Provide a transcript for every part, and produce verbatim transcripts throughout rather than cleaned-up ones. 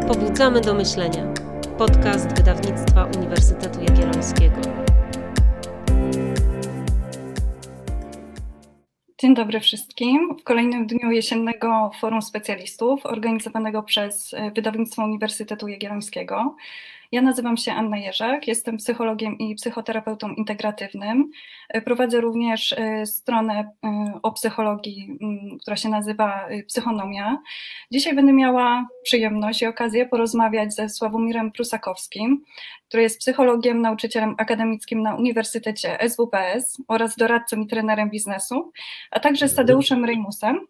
Pobudzamy do myślenia. Podcast wydawnictwa Uniwersytetu Jagiellońskiego. Dzień dobry wszystkim. W kolejnym dniu jesiennego Forum Specjalistów organizowanego przez wydawnictwo Uniwersytetu Jagiellońskiego. Ja nazywam się Anna Jerzak, jestem psychologiem i psychoterapeutą integratywnym. Prowadzę również stronę o psychologii, która się nazywa Psychonomia. Dzisiaj będę miała przyjemność i okazję porozmawiać ze Sławomirem Prusakowskim, który jest psychologiem, nauczycielem akademickim na Uniwersytecie S W P S oraz doradcą i trenerem biznesu, a także z Tadeuszem Rejmusem.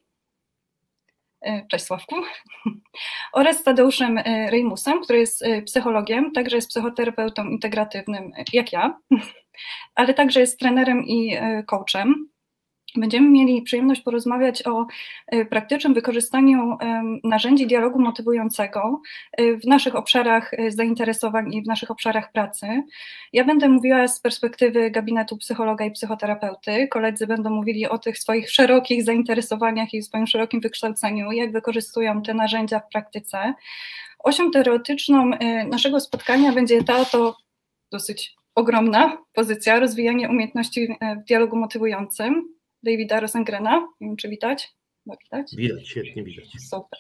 Cześć Sławku. Oraz z Tadeuszem Rejmusem, który jest psychologiem, także jest psychoterapeutą integratywnym jak ja, ale także jest trenerem i coachem. Będziemy mieli przyjemność porozmawiać o praktycznym wykorzystaniu narzędzi dialogu motywującego w naszych obszarach zainteresowań i w naszych obszarach pracy. Ja będę mówiła z perspektywy gabinetu psychologa i psychoterapeuty. Koledzy będą mówili o tych swoich szerokich zainteresowaniach i swoim szerokim wykształceniu, jak wykorzystują te narzędzia w praktyce. Osią teoretyczną naszego spotkania będzie ta to dosyć ogromna pozycja, rozwijanie umiejętności w dialogu motywującym. Davida Rosengrena, nie wiem czy widać? Chyba widać? Widać, świetnie widać. Super.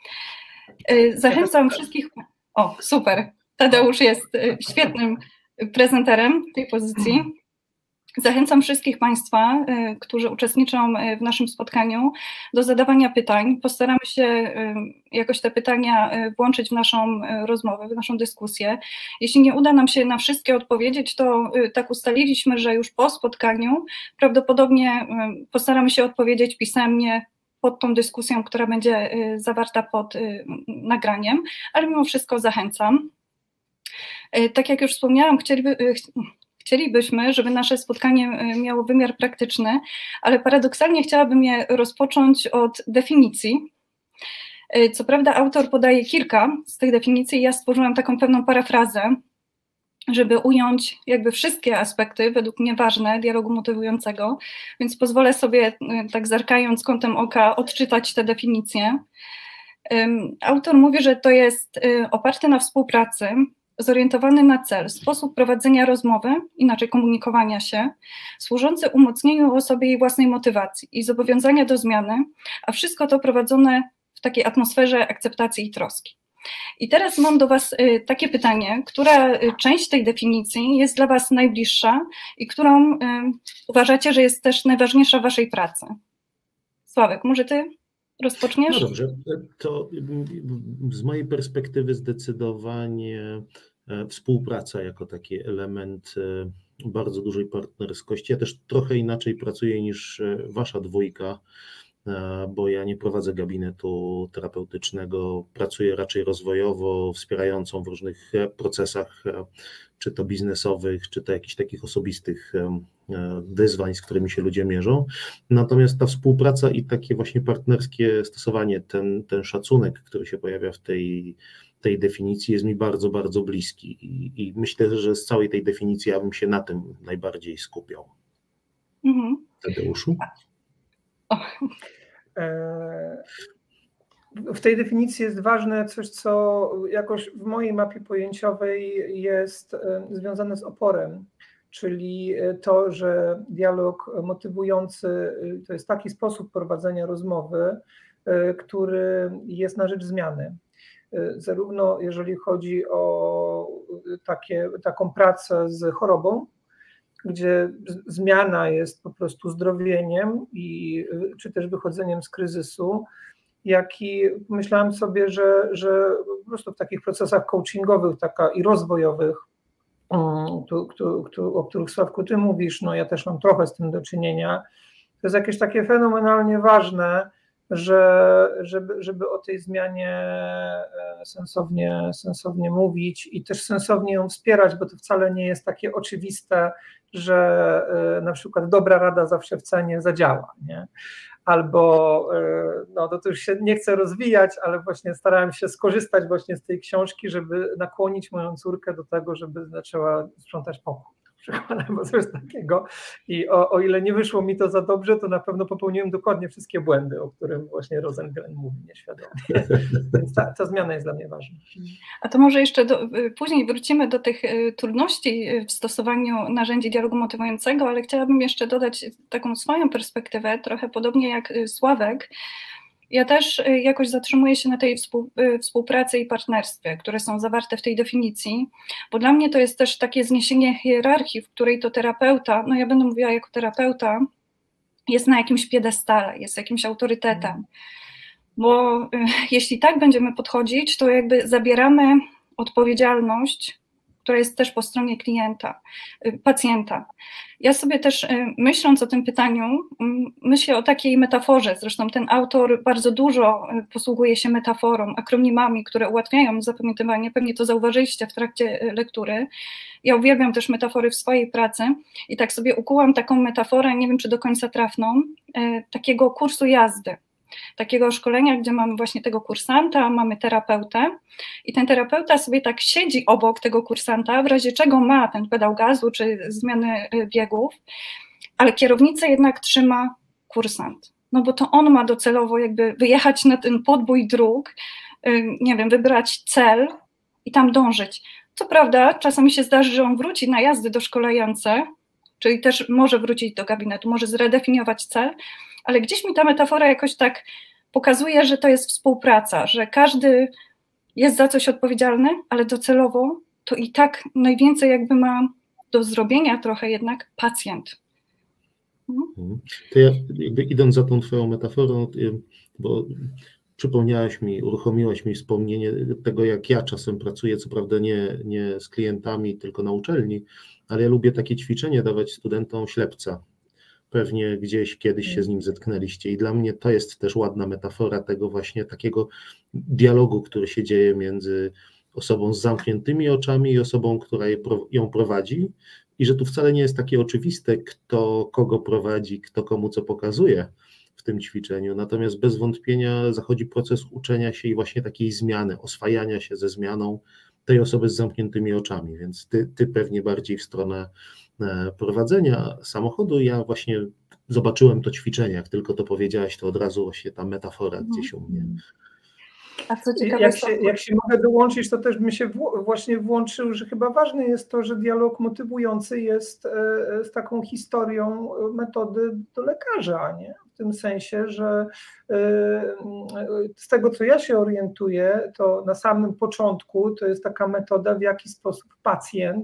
Zachęcam wszystkich, o super, Tadeusz jest świetnym prezenterem tej pozycji. Zachęcam wszystkich Państwa, którzy uczestniczą w naszym spotkaniu, do zadawania pytań. Postaramy się jakoś te pytania włączyć w naszą rozmowę, w naszą dyskusję. Jeśli nie uda nam się na wszystkie odpowiedzieć, to tak ustaliliśmy, że już po spotkaniu prawdopodobnie postaramy się odpowiedzieć pisemnie pod tą dyskusją, która będzie zawarta pod nagraniem, ale mimo wszystko zachęcam. Tak jak już wspomniałam, chcieliby... Chcielibyśmy, żeby nasze spotkanie miało wymiar praktyczny, ale paradoksalnie chciałabym je rozpocząć od definicji. Co prawda autor podaje kilka z tych definicji, ja stworzyłam taką pewną parafrazę, żeby ująć jakby wszystkie aspekty, według mnie ważne, dialogu motywującego, więc pozwolę sobie, tak zerkając kątem oka, odczytać te definicje. Autor mówi, że to jest oparte na współpracy, zorientowany na cel, sposób prowadzenia rozmowy, inaczej komunikowania się, służący umocnieniu osobie jej własnej motywacji i zobowiązania do zmiany, a wszystko to prowadzone w takiej atmosferze akceptacji i troski. I teraz mam do Was takie pytanie, która część tej definicji jest dla Was najbliższa i którą uważacie, że jest też najważniejsza w Waszej pracy? Sławek, może Ty rozpoczniesz? No dobrze, to z mojej perspektywy zdecydowanie współpraca jako taki element bardzo dużej partnerskości. Ja też trochę inaczej pracuję niż wasza dwójka, bo ja nie prowadzę gabinetu terapeutycznego, pracuję raczej rozwojowo, wspierającą w różnych procesach, czy to biznesowych, czy to jakichś takich osobistych wyzwań, z którymi się ludzie mierzą. Natomiast ta współpraca i takie właśnie partnerskie stosowanie, ten, ten szacunek, który się pojawia w tej, tej definicji, jest mi bardzo, bardzo bliski i, i myślę, że z całej tej definicji ja bym się na tym najbardziej skupiał. Mhm. Tadeuszu? W tej definicji jest ważne coś, co jakoś w mojej mapie pojęciowej jest związane z oporem, czyli to, że dialog motywujący to jest taki sposób prowadzenia rozmowy, który jest na rzecz zmiany. Zarówno jeżeli chodzi o takie, taką pracę z chorobą, gdzie zmiana jest po prostu zdrowieniem i czy też wychodzeniem z kryzysu, jak i myślałam sobie, że, że po prostu w takich procesach coachingowych taka, i rozwojowych, tu, tu, tu, o których Sławku ty mówisz, no ja też mam trochę z tym do czynienia, to jest jakieś takie fenomenalnie ważne, że, żeby, żeby o tej zmianie sensownie, sensownie mówić i też sensownie ją wspierać, bo to wcale nie jest takie oczywiste, że na przykład dobra rada zawsze w cenie zadziała, nie? Albo, no to już się nie chcę rozwijać, ale właśnie starałem się skorzystać właśnie z tej książki, żeby nakłonić moją córkę do tego, żeby zaczęła sprzątać pokój. przykład, albo coś takiego. I o, o ile nie wyszło mi to za dobrze, to na pewno popełniłem dokładnie wszystkie błędy, o których właśnie Rosengren mówi nieświadomie. Więc ta, ta zmiana jest dla mnie ważna. A to może jeszcze do, później wrócimy do tych trudności w stosowaniu narzędzi dialogu motywującego, ale chciałabym jeszcze dodać taką swoją perspektywę, trochę podobnie jak Sławek. Ja też jakoś zatrzymuję się na tej współ, współpracy i partnerstwie, które są zawarte w tej definicji, bo dla mnie to jest też takie zniesienie hierarchii, w której to terapeuta, no ja będę mówiła jako terapeuta, jest na jakimś piedestale, jest jakimś autorytetem, bo jeśli tak będziemy podchodzić, to jakby zabieramy odpowiedzialność, która jest też po stronie klienta, pacjenta. Ja sobie też myśląc o tym pytaniu, myślę o takiej metaforze, zresztą ten autor bardzo dużo posługuje się metaforą, akronimami, które ułatwiają zapamiętywanie, pewnie to zauważyliście w trakcie lektury. Ja uwielbiam też metafory w swojej pracy i tak sobie ukułam taką metaforę, nie wiem czy do końca trafną, takiego kursu jazdy. Takiego szkolenia, gdzie mamy właśnie tego kursanta, mamy terapeutę i ten terapeuta sobie tak siedzi obok tego kursanta, w razie czego ma ten pedał gazu czy zmiany biegów, ale kierownicę jednak trzyma kursant, no bo to on ma docelowo jakby wyjechać na ten podbój dróg, nie wiem, wybrać cel i tam dążyć. Co prawda czasami się zdarzy, że on wróci na jazdy doszkolające, czyli też może wrócić do gabinetu, może zredefiniować cel, ale gdzieś mi ta metafora jakoś tak pokazuje, że to jest współpraca, że każdy jest za coś odpowiedzialny, ale docelowo to i tak najwięcej jakby ma do zrobienia trochę jednak pacjent. Mhm. To ja jakby idąc za tą twoją metaforą, bo przypomniałaś mi, uruchomiłaś mi wspomnienie tego, jak ja czasem pracuję, co prawda nie, nie z klientami, tylko na uczelni, ale ja lubię takie ćwiczenie dawać studentom ślepca. Pewnie gdzieś kiedyś się z nim zetknęliście i dla mnie to jest też ładna metafora tego właśnie takiego dialogu, który się dzieje między osobą z zamkniętymi oczami i osobą, która ją prowadzi i że tu wcale nie jest takie oczywiste, kto kogo prowadzi, kto komu co pokazuje w tym ćwiczeniu, natomiast bez wątpienia zachodzi proces uczenia się i właśnie takiej zmiany, oswajania się ze zmianą tej osoby z zamkniętymi oczami, więc ty, ty pewnie bardziej w stronę prowadzenia samochodu. Ja właśnie zobaczyłem to ćwiczenie, jak tylko to powiedziałaś, to od razu właśnie ta metafora gdzieś u mnie. A co ciekawe, jak, się, jak się mogę dołączyć, to też mi się w, właśnie włączył, że chyba ważne jest to, że dialog motywujący jest e, z taką historią metody do lekarza, nie? W tym sensie, że e, z tego, co ja się orientuję, to na samym początku to jest taka metoda, w jaki sposób pacjent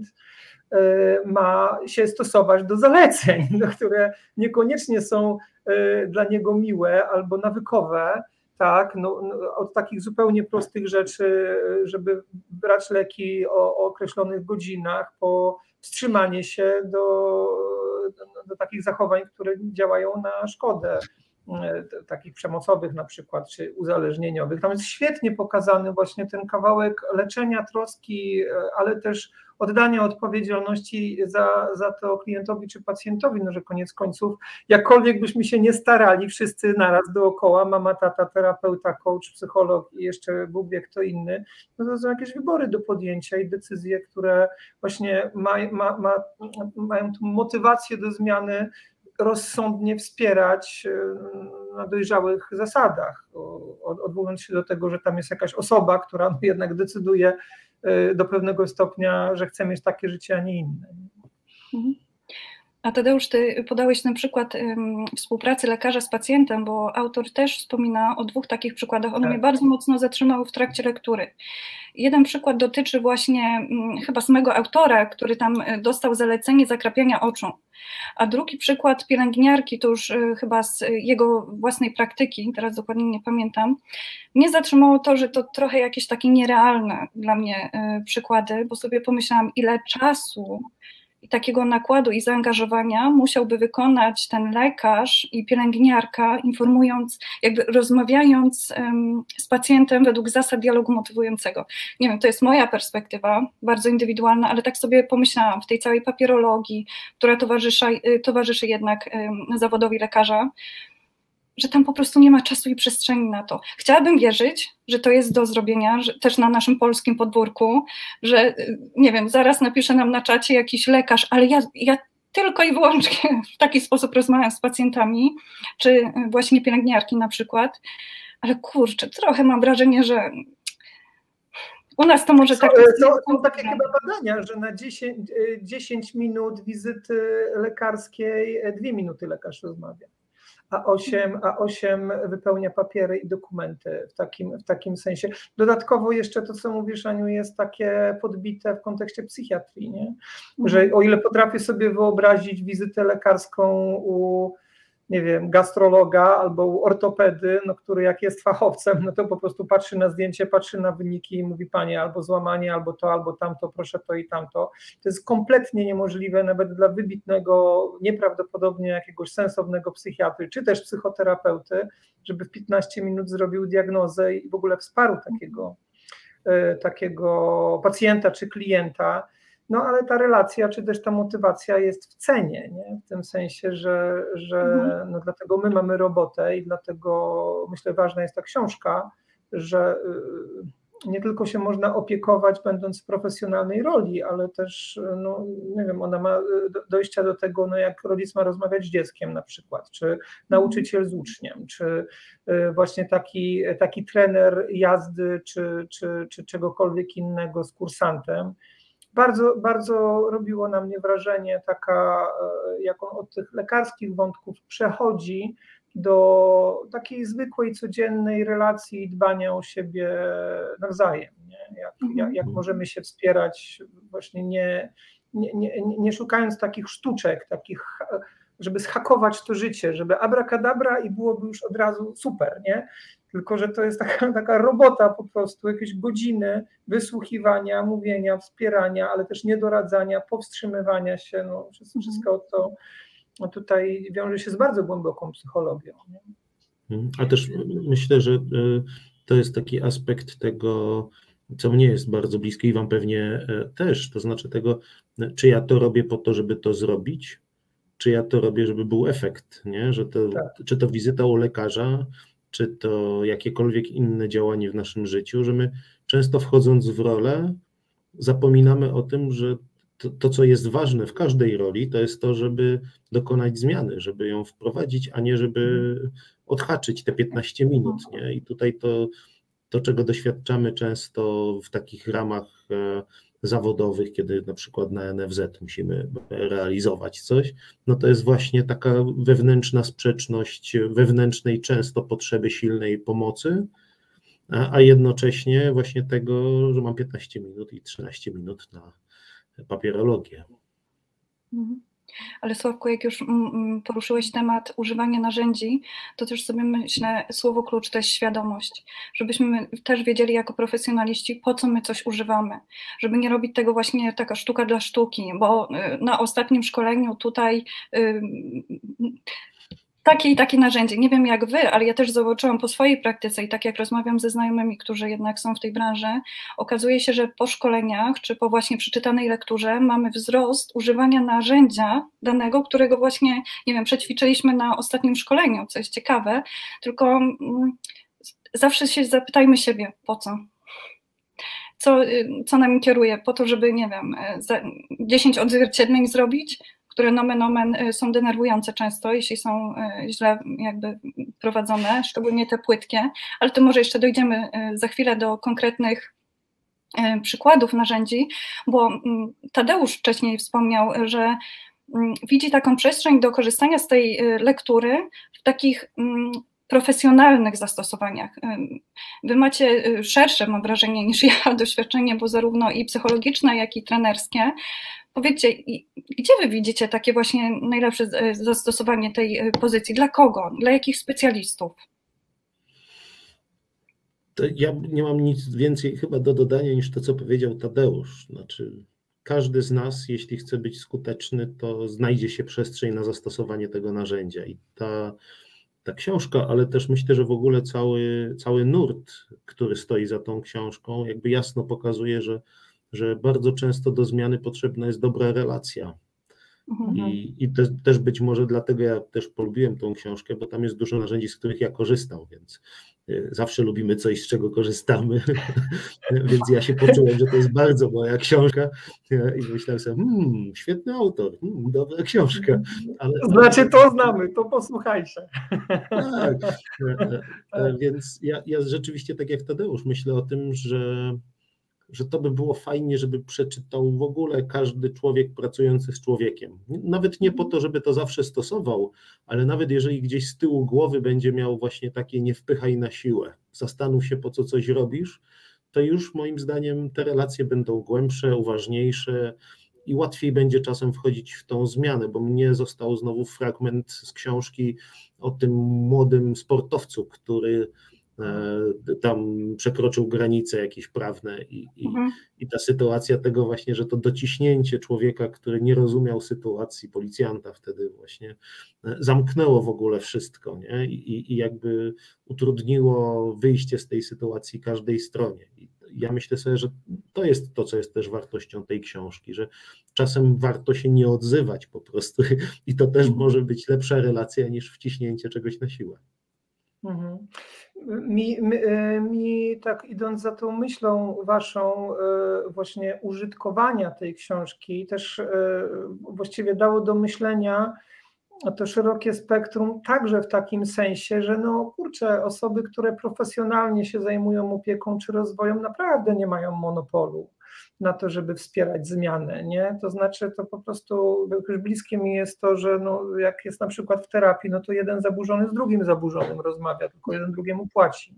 ma się stosować do zaleceń, które niekoniecznie są dla niego miłe albo nawykowe, tak, no, od takich zupełnie prostych rzeczy, żeby brać leki o, o określonych godzinach, po wstrzymanie się do, do, do takich zachowań, które działają na szkodę, takich przemocowych na przykład, czy uzależnieniowych. Tam jest świetnie pokazany właśnie ten kawałek leczenia, troski, ale też oddania odpowiedzialności za, za to klientowi czy pacjentowi, no że koniec końców, jakkolwiek byśmy się nie starali, wszyscy naraz dookoła, mama, tata, terapeuta, coach, psycholog i jeszcze Bóg wie kto inny, no to są jakieś wybory do podjęcia i decyzje, które właśnie ma, ma, ma, mają tą motywację do zmiany, rozsądnie wspierać na dojrzałych zasadach, odwołując się do tego, że tam jest jakaś osoba, która jednak decyduje do pewnego stopnia, że chce mieć takie życie, a nie inne. A Tadeusz, ty podałeś na przykład um, współpracy lekarza z pacjentem, bo autor też wspomina o dwóch takich przykładach. One tak. mnie bardzo mocno zatrzymały w trakcie lektury. Jeden przykład dotyczy właśnie um, chyba samego autora, który tam dostał zalecenie zakrapiania oczu. A drugi przykład pielęgniarki, to już y, chyba z jego własnej praktyki, teraz dokładnie nie pamiętam. Mnie zatrzymało to, że to trochę jakieś takie nierealne dla mnie y, przykłady, bo sobie pomyślałam, ile czasu i takiego nakładu i zaangażowania musiałby wykonać ten lekarz i pielęgniarka, informując, jakby rozmawiając um, z pacjentem według zasad dialogu motywującego. Nie wiem, to jest moja perspektywa, bardzo indywidualna, ale tak sobie pomyślałam w tej całej papierologii, która towarzyszy, towarzyszy jednak um, zawodowi lekarza. że tam po prostu nie ma czasu i przestrzeni na to. Chciałabym wierzyć, że to jest do zrobienia, że też na naszym polskim podwórku, że nie wiem, zaraz napisze nam na czacie jakiś lekarz, ale ja, ja tylko i wyłącznie w taki sposób rozmawiam z pacjentami, czy właśnie pielęgniarki na przykład, ale kurczę, trochę mam wrażenie, że u nas to może tak... To są takie chyba badania, że na dziesięć, dziesięć minut wizyty lekarskiej dwie minuty lekarz rozmawia, a osiem, a osiem wypełnia papiery i dokumenty w takim, w takim sensie. Dodatkowo jeszcze to, co mówisz, Aniu, jest takie podbite w kontekście psychiatrii, nie? Że o ile potrafię sobie wyobrazić wizytę lekarską u, nie wiem, gastrologa albo u ortopedy, no, który jak jest fachowcem, no to po prostu patrzy na zdjęcie, patrzy na wyniki i mówi: panie, albo złamanie, albo to, albo tamto, proszę to i tamto. To jest kompletnie niemożliwe nawet dla wybitnego, nieprawdopodobnie jakiegoś sensownego psychiatry, czy też psychoterapeuty, żeby w piętnaście minut zrobił diagnozę i w ogóle wsparł takiego, takiego pacjenta czy klienta. No ale ta relacja, czy też ta motywacja jest w cenie, nie? W tym sensie, że, że mhm. no, dlatego my mamy robotę i dlatego myślę, ważna jest ta książka, że nie tylko się można opiekować będąc w profesjonalnej roli, ale też, no nie wiem, ona ma dojścia do tego, no jak rodzic ma rozmawiać z dzieckiem na przykład, czy nauczyciel z uczniem, czy właśnie taki, taki trener jazdy, czy, czy, czy czegokolwiek innego z kursantem. Bardzo, bardzo robiło na mnie wrażenie taka, jak on od tych lekarskich wątków przechodzi do takiej zwykłej, codziennej relacji i dbania o siebie nawzajem. Nie? Jak, jak, jak możemy się wspierać właśnie nie, nie, nie, nie szukając takich sztuczek, takich, żeby zhakować to życie, żeby abracadabra i byłoby już od razu super, nie? Tylko że to jest taka, taka robota po prostu, jakieś godziny wysłuchiwania, mówienia, wspierania, ale też niedoradzania, powstrzymywania się, no wszystko to no tutaj wiąże się z bardzo głęboką psychologią. Nie? A też myślę, że to jest taki aspekt tego, co mnie jest bardzo bliskie i wam pewnie też, to znaczy tego, czy ja to robię po to, żeby to zrobić, czy ja to robię, żeby był efekt, nie? Że to, tak. Czy to wizyta u lekarza, czy to jakiekolwiek inne działanie w naszym życiu, że my często wchodząc w rolę zapominamy o tym, że to, to, co jest ważne w każdej roli, to jest to, żeby dokonać zmiany, żeby ją wprowadzić, a nie żeby odhaczyć te piętnaście minut. Nie? I tutaj to, to, czego doświadczamy często w takich ramach zawodowych, kiedy na przykład na N F Z musimy realizować coś, no to jest właśnie taka wewnętrzna sprzeczność wewnętrznej często potrzeby silnej pomocy, a jednocześnie właśnie tego, że mam piętnaście minut i trzynaście minut na papierologię. Ale Sławku, jak już poruszyłeś temat używania narzędzi, to też sobie myślę, słowo klucz to jest świadomość, żebyśmy też wiedzieli jako profesjonaliści, po co my coś używamy, żeby nie robić tego właśnie taka sztuka dla sztuki, bo na ostatnim szkoleniu tutaj takie i takie narzędzie, nie wiem jak wy, ale ja też zobaczyłam po swojej praktyce i tak jak rozmawiam ze znajomymi, którzy jednak są w tej branży, okazuje się, że po szkoleniach, czy po właśnie przeczytanej lekturze mamy wzrost używania narzędzia danego, którego właśnie, nie wiem, przećwiczyliśmy na ostatnim szkoleniu, co jest ciekawe, tylko mm, zawsze się zapytajmy siebie, po co? Co, co nami kieruje? Po to, żeby, nie wiem, dziesięć odzwierciedleń zrobić, które nomen omen są denerwujące często, jeśli są źle jakby prowadzone, szczególnie te płytkie, ale to może jeszcze dojdziemy za chwilę do konkretnych przykładów narzędzi, bo Tadeusz wcześniej wspomniał, że widzi taką przestrzeń do korzystania z tej lektury w takich profesjonalnych zastosowaniach. Wy macie szersze, mam wrażenie, niż ja doświadczenie, bo zarówno i psychologiczne, jak i trenerskie. Powiedzcie, gdzie wy widzicie takie właśnie najlepsze zastosowanie tej pozycji? Dla kogo? Dla jakich specjalistów? To ja nie mam nic więcej chyba do dodania niż to, co powiedział Tadeusz. Znaczy, każdy z nas, jeśli chce być skuteczny, to znajdzie się przestrzeń na zastosowanie tego narzędzia. I ta, ta książka, ale też myślę, że w ogóle cały, cały nurt, który stoi za tą książką, jakby jasno pokazuje, że że bardzo często do zmiany potrzebna jest dobra relacja Mhm. I, i też, też być może dlatego ja też polubiłem tą książkę, bo tam jest dużo narzędzi, z których ja korzystam, więc zawsze lubimy coś, z czego korzystamy, więc ja się poczułem, że to jest bardzo moja książka i myślałem sobie, hmm, świetny autor, hmm, dobra książka. Ale, Znaczy to znamy, to posłuchajcie. Tak, więc ja, ja rzeczywiście tak jak Tadeusz myślę o tym, że że to by było fajnie, żeby przeczytał w ogóle każdy człowiek pracujący z człowiekiem. Nawet nie po to, żeby to zawsze stosował, ale nawet jeżeli gdzieś z tyłu głowy będzie miał właśnie takie nie wpychaj na siłę, zastanów się po co coś robisz, to już moim zdaniem te relacje będą głębsze, uważniejsze i łatwiej będzie czasem wchodzić w tą zmianę, bo mnie został znowu fragment z książki o tym młodym sportowcu, który tam przekroczył granice jakieś prawne i, i, mhm. i ta sytuacja tego właśnie, że to dociśnięcie człowieka, który nie rozumiał sytuacji, policjanta wtedy właśnie zamknęło w ogóle wszystko, nie? I, i jakby utrudniło wyjście z tej sytuacji każdej stronie. I ja myślę sobie, że to jest to, co jest też wartością tej książki, że czasem warto się nie odzywać po prostu i to też może być lepsza relacja niż wciśnięcie czegoś na siłę. Mhm. Mi, mi, mi tak idąc za tą myślą waszą właśnie użytkowania tej książki też właściwie dało do myślenia to szerokie spektrum także w takim sensie, że no kurczę, osoby, które profesjonalnie się zajmują opieką czy rozwojem naprawdę nie mają monopolu na to, żeby wspierać zmianę, nie? To znaczy to po prostu już bliskie mi jest to, że no, jak jest na przykład w terapii, no to jeden zaburzony z drugim zaburzonym rozmawia, tylko jeden drugiemu płaci.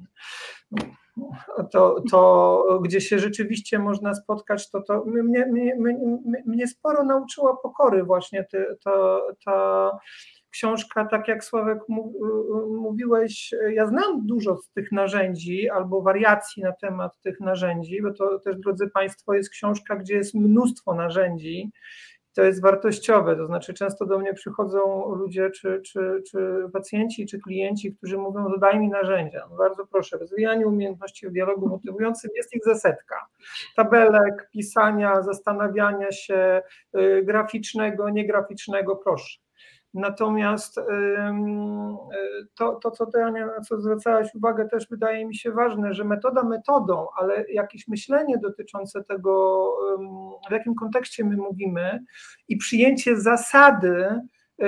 To, to gdzie się rzeczywiście można spotkać, to, to mnie, mnie, mnie, mnie sporo nauczyła pokory właśnie ty, to, ta książka, tak jak Sławek mówiłeś, ja znam dużo z tych narzędzi albo wariacji na temat tych narzędzi, bo to też, drodzy Państwo, jest książka, gdzie jest mnóstwo narzędzi. To jest wartościowe, to znaczy często do mnie przychodzą ludzie, czy, czy, czy pacjenci, czy klienci, którzy mówią, dodaj mi narzędzia. No bardzo proszę, w rozwijaniu umiejętności w dialogu motywującym jest ich zesetka. Tabelek, pisania, zastanawiania się, y, graficznego, niegraficznego, proszę. Natomiast to, to, co ty, Ania, na co zwracałaś uwagę, też wydaje mi się ważne, że metoda metodą, ale jakieś myślenie dotyczące tego, w jakim kontekście my mówimy i przyjęcie zasady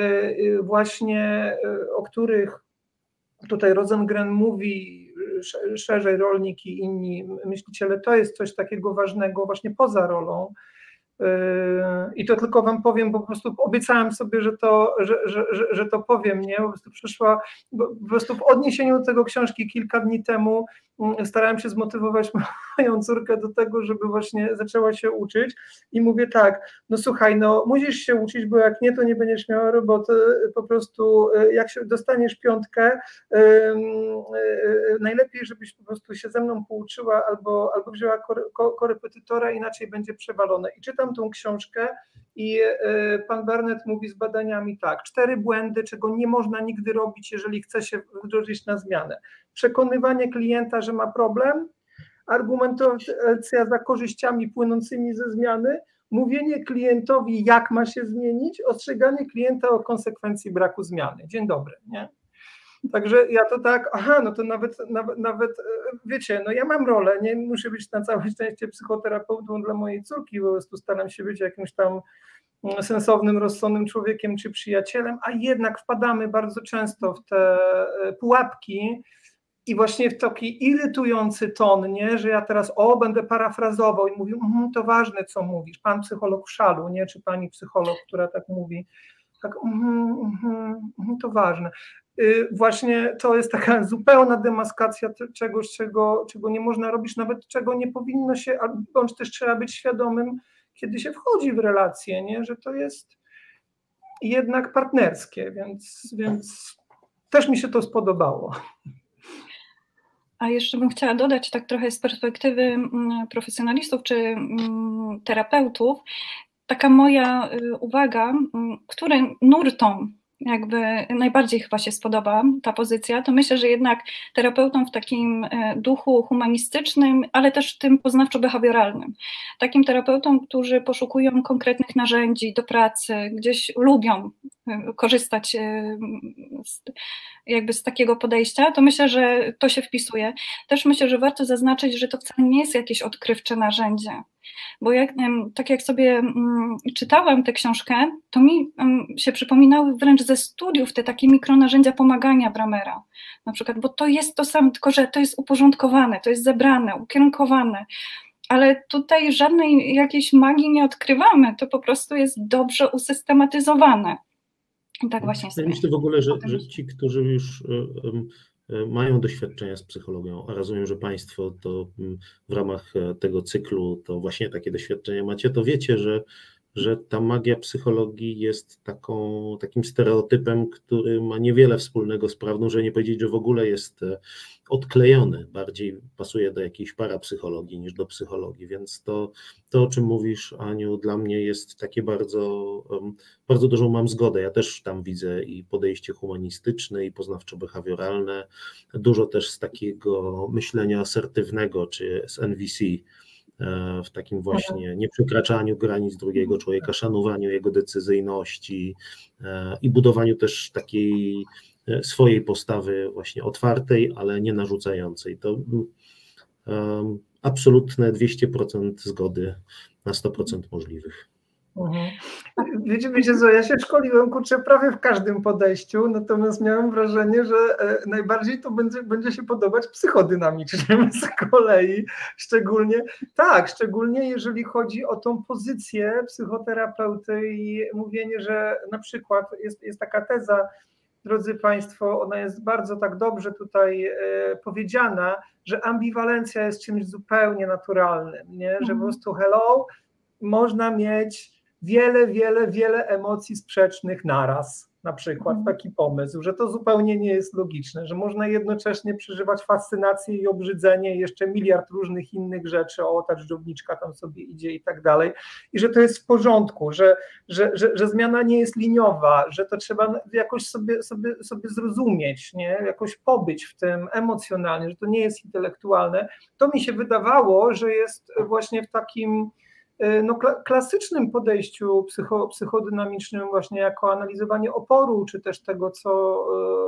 właśnie, o których tutaj Rosengren mówi, szerzej rolnik i inni myśliciele, to jest coś takiego ważnego właśnie poza rolą. I to tylko wam powiem, bo po prostu obiecałem sobie, że to, że, że, że, że to powiem, nie? Po prostu przyszła, po prostu w odniesieniu do tego książki kilka dni temu starałem się zmotywować moją córkę do tego, żeby właśnie zaczęła się uczyć i mówię tak, no słuchaj, no musisz się uczyć, bo jak nie, to nie będziesz miała roboty, po prostu jak się dostaniesz piątkę, yy, yy, najlepiej, żebyś po prostu się ze mną pouczyła albo, albo wzięła korepetytora, inaczej będzie przewalone. I czytam tą książkę i yy, pan Barnett mówi z badaniami tak, cztery błędy, czego nie można nigdy robić, jeżeli chce się wdrożyć na zmianę. Przekonywanie klienta, że ma problem, argumentacja za korzyściami płynącymi ze zmiany, mówienie klientowi, jak ma się zmienić, ostrzeganie klienta o konsekwencji braku zmiany. Dzień dobry, nie? Także ja to tak, aha, no to nawet, nawet, nawet wiecie, no ja mam rolę, nie muszę być na całe szczęście psychoterapeutą dla mojej córki, po prostu staram się być jakimś tam sensownym, rozsądnym człowiekiem czy przyjacielem, a jednak wpadamy bardzo często w te pułapki i właśnie w taki irytujący ton, nie, że ja teraz o, będę parafrazował i mówił, mmm, to ważne, co mówisz, pan psycholog w szalu, nie, czy pani psycholog, która tak mówi, tak, mm, mm, to ważne. Yy, właśnie to jest taka zupełna demaskacja czegoś, czego, czego nie można robić, nawet czego nie powinno się, bądź też trzeba być świadomym, kiedy się wchodzi w relacje, nie, że to jest jednak partnerskie, więc, więc też mi się to spodobało. A jeszcze bym chciała dodać tak trochę z perspektywy profesjonalistów czy terapeutów, taka moja uwaga, którym nurtom jakby najbardziej chyba się spodoba ta pozycja, to myślę, że jednak terapeutom w takim duchu humanistycznym, ale też tym poznawczo-behawioralnym. Takim terapeutom, którzy poszukują konkretnych narzędzi do pracy, gdzieś lubią korzystać z, jakby z takiego podejścia, to myślę, że to się wpisuje. Też myślę, że warto zaznaczyć, że to wcale nie jest jakieś odkrywcze narzędzie. Bo jak, tak jak sobie czytałam tę książkę, to mi się przypominały wręcz ze studiów te takie mikronarzędzia pomagania Bramera, na przykład, bo to jest to samo, tylko że to jest uporządkowane, to jest zebrane, ukierunkowane, ale tutaj żadnej jakiejś magii nie odkrywamy, to po prostu jest dobrze usystematyzowane. I tak właśnie ja myślę w ogóle, że, że ci, którzy już mają doświadczenia z psychologią, a rozumiem, że Państwo to w ramach tego cyklu to właśnie takie doświadczenia macie, to wiecie, że, że ta magia psychologii jest taką, takim stereotypem, który ma niewiele wspólnego z prawdą, że nie powiedzieć, że w ogóle jest odklejony, bardziej pasuje do jakiejś parapsychologii niż do psychologii, więc to, to o czym mówisz, Aniu, dla mnie jest takie bardzo, bardzo dużą mam zgodę. Ja też tam widzę i podejście humanistyczne, i poznawczo-behawioralne, dużo też z takiego myślenia asertywnego, czy z N V C, w takim właśnie nieprzekraczaniu granic drugiego człowieka, szanowaniu jego decyzyjności i budowaniu też takiej swojej postawy właśnie otwartej, ale nie narzucającej. To um, absolutne dwieście procent zgody na sto procent możliwych. Mhm. Wiecie, wiecie co, ja się szkoliłem, kurczę, prawie w każdym podejściu, natomiast miałem wrażenie, że najbardziej to będzie, będzie się podobać psychodynamicznym z kolei, szczególnie, tak, szczególnie jeżeli chodzi o tą pozycję psychoterapeuty i mówienie, że na przykład jest, jest taka teza, drodzy Państwo, ona jest bardzo tak dobrze tutaj e, powiedziana, że ambiwalencja jest czymś zupełnie naturalnym, nie? Że po prostu hello, można mieć wiele, wiele, wiele emocji sprzecznych naraz, na przykład taki pomysł, że to zupełnie nie jest logiczne, że można jednocześnie przeżywać fascynację i obrzydzenie i jeszcze miliard różnych innych rzeczy, o ta dżdżowniczka tam sobie idzie i tak dalej, i że to jest w porządku, że, że, że, że zmiana nie jest liniowa, że to trzeba jakoś sobie, sobie, sobie zrozumieć, nie? Jakoś pobyć w tym emocjonalnie, że to nie jest intelektualne. To mi się wydawało, że jest właśnie w takim no, klasycznym podejściu psycho, psychodynamicznym właśnie jako analizowanie oporu, czy też tego, co,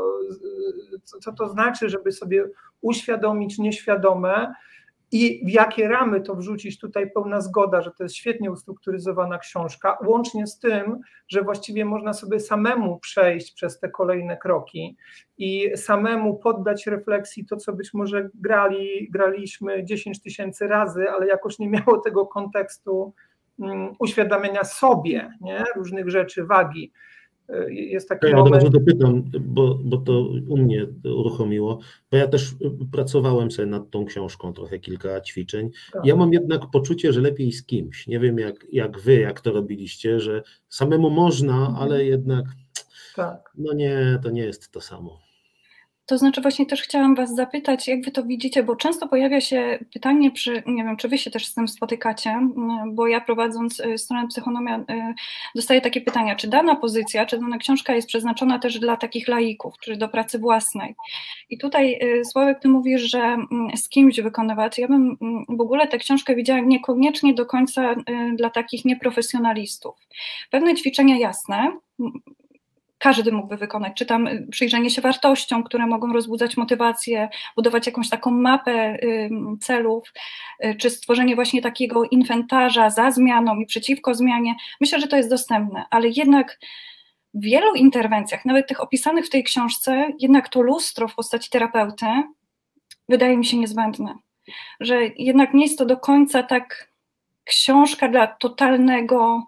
co, co to znaczy, żeby sobie uświadomić nieświadome i w jakie ramy to wrzucić, tutaj pełna zgoda, że to jest świetnie ustrukturyzowana książka, łącznie z tym, że właściwie można sobie samemu przejść przez te kolejne kroki i samemu poddać refleksji to, co być może grali, graliśmy dziesięć tysięcy razy, ale jakoś nie miało tego kontekstu um, uświadamiania sobie, nie? Różnych rzeczy, wagi. Jest taki ja moment... od razu dopytam, bo, bo to u mnie uruchomiło, bo ja też pracowałem sobie nad tą książką, trochę kilka ćwiczeń. Tak. Ja mam jednak poczucie, że lepiej z kimś. Nie wiem jak, jak wy, jak to robiliście, że samemu można, ale jednak tak. no nie, to nie jest to samo. To znaczy właśnie też chciałam was zapytać, jak wy to widzicie, bo często pojawia się pytanie, przy, nie wiem, czy wy się też z tym spotykacie, bo ja prowadząc stronę Psychonomia dostaję takie pytania, czy dana pozycja, czy dana książka jest przeznaczona też dla takich laików, czy do pracy własnej. I tutaj Sławek, ty mówisz, że z kimś wykonywać. Ja bym w ogóle tę książkę widziała niekoniecznie do końca dla takich nieprofesjonalistów. Pewne ćwiczenia jasne, każdy mógłby wykonać, czy tam przyjrzenie się wartościom, które mogą rozbudzać motywację, budować jakąś taką mapę celów, czy stworzenie właśnie takiego inwentarza za zmianą i przeciwko zmianie. Myślę, że to jest dostępne, ale jednak w wielu interwencjach, nawet tych opisanych w tej książce, jednak to lustro w postaci terapeuty wydaje mi się niezbędne, że jednak nie jest to do końca tak książka dla totalnego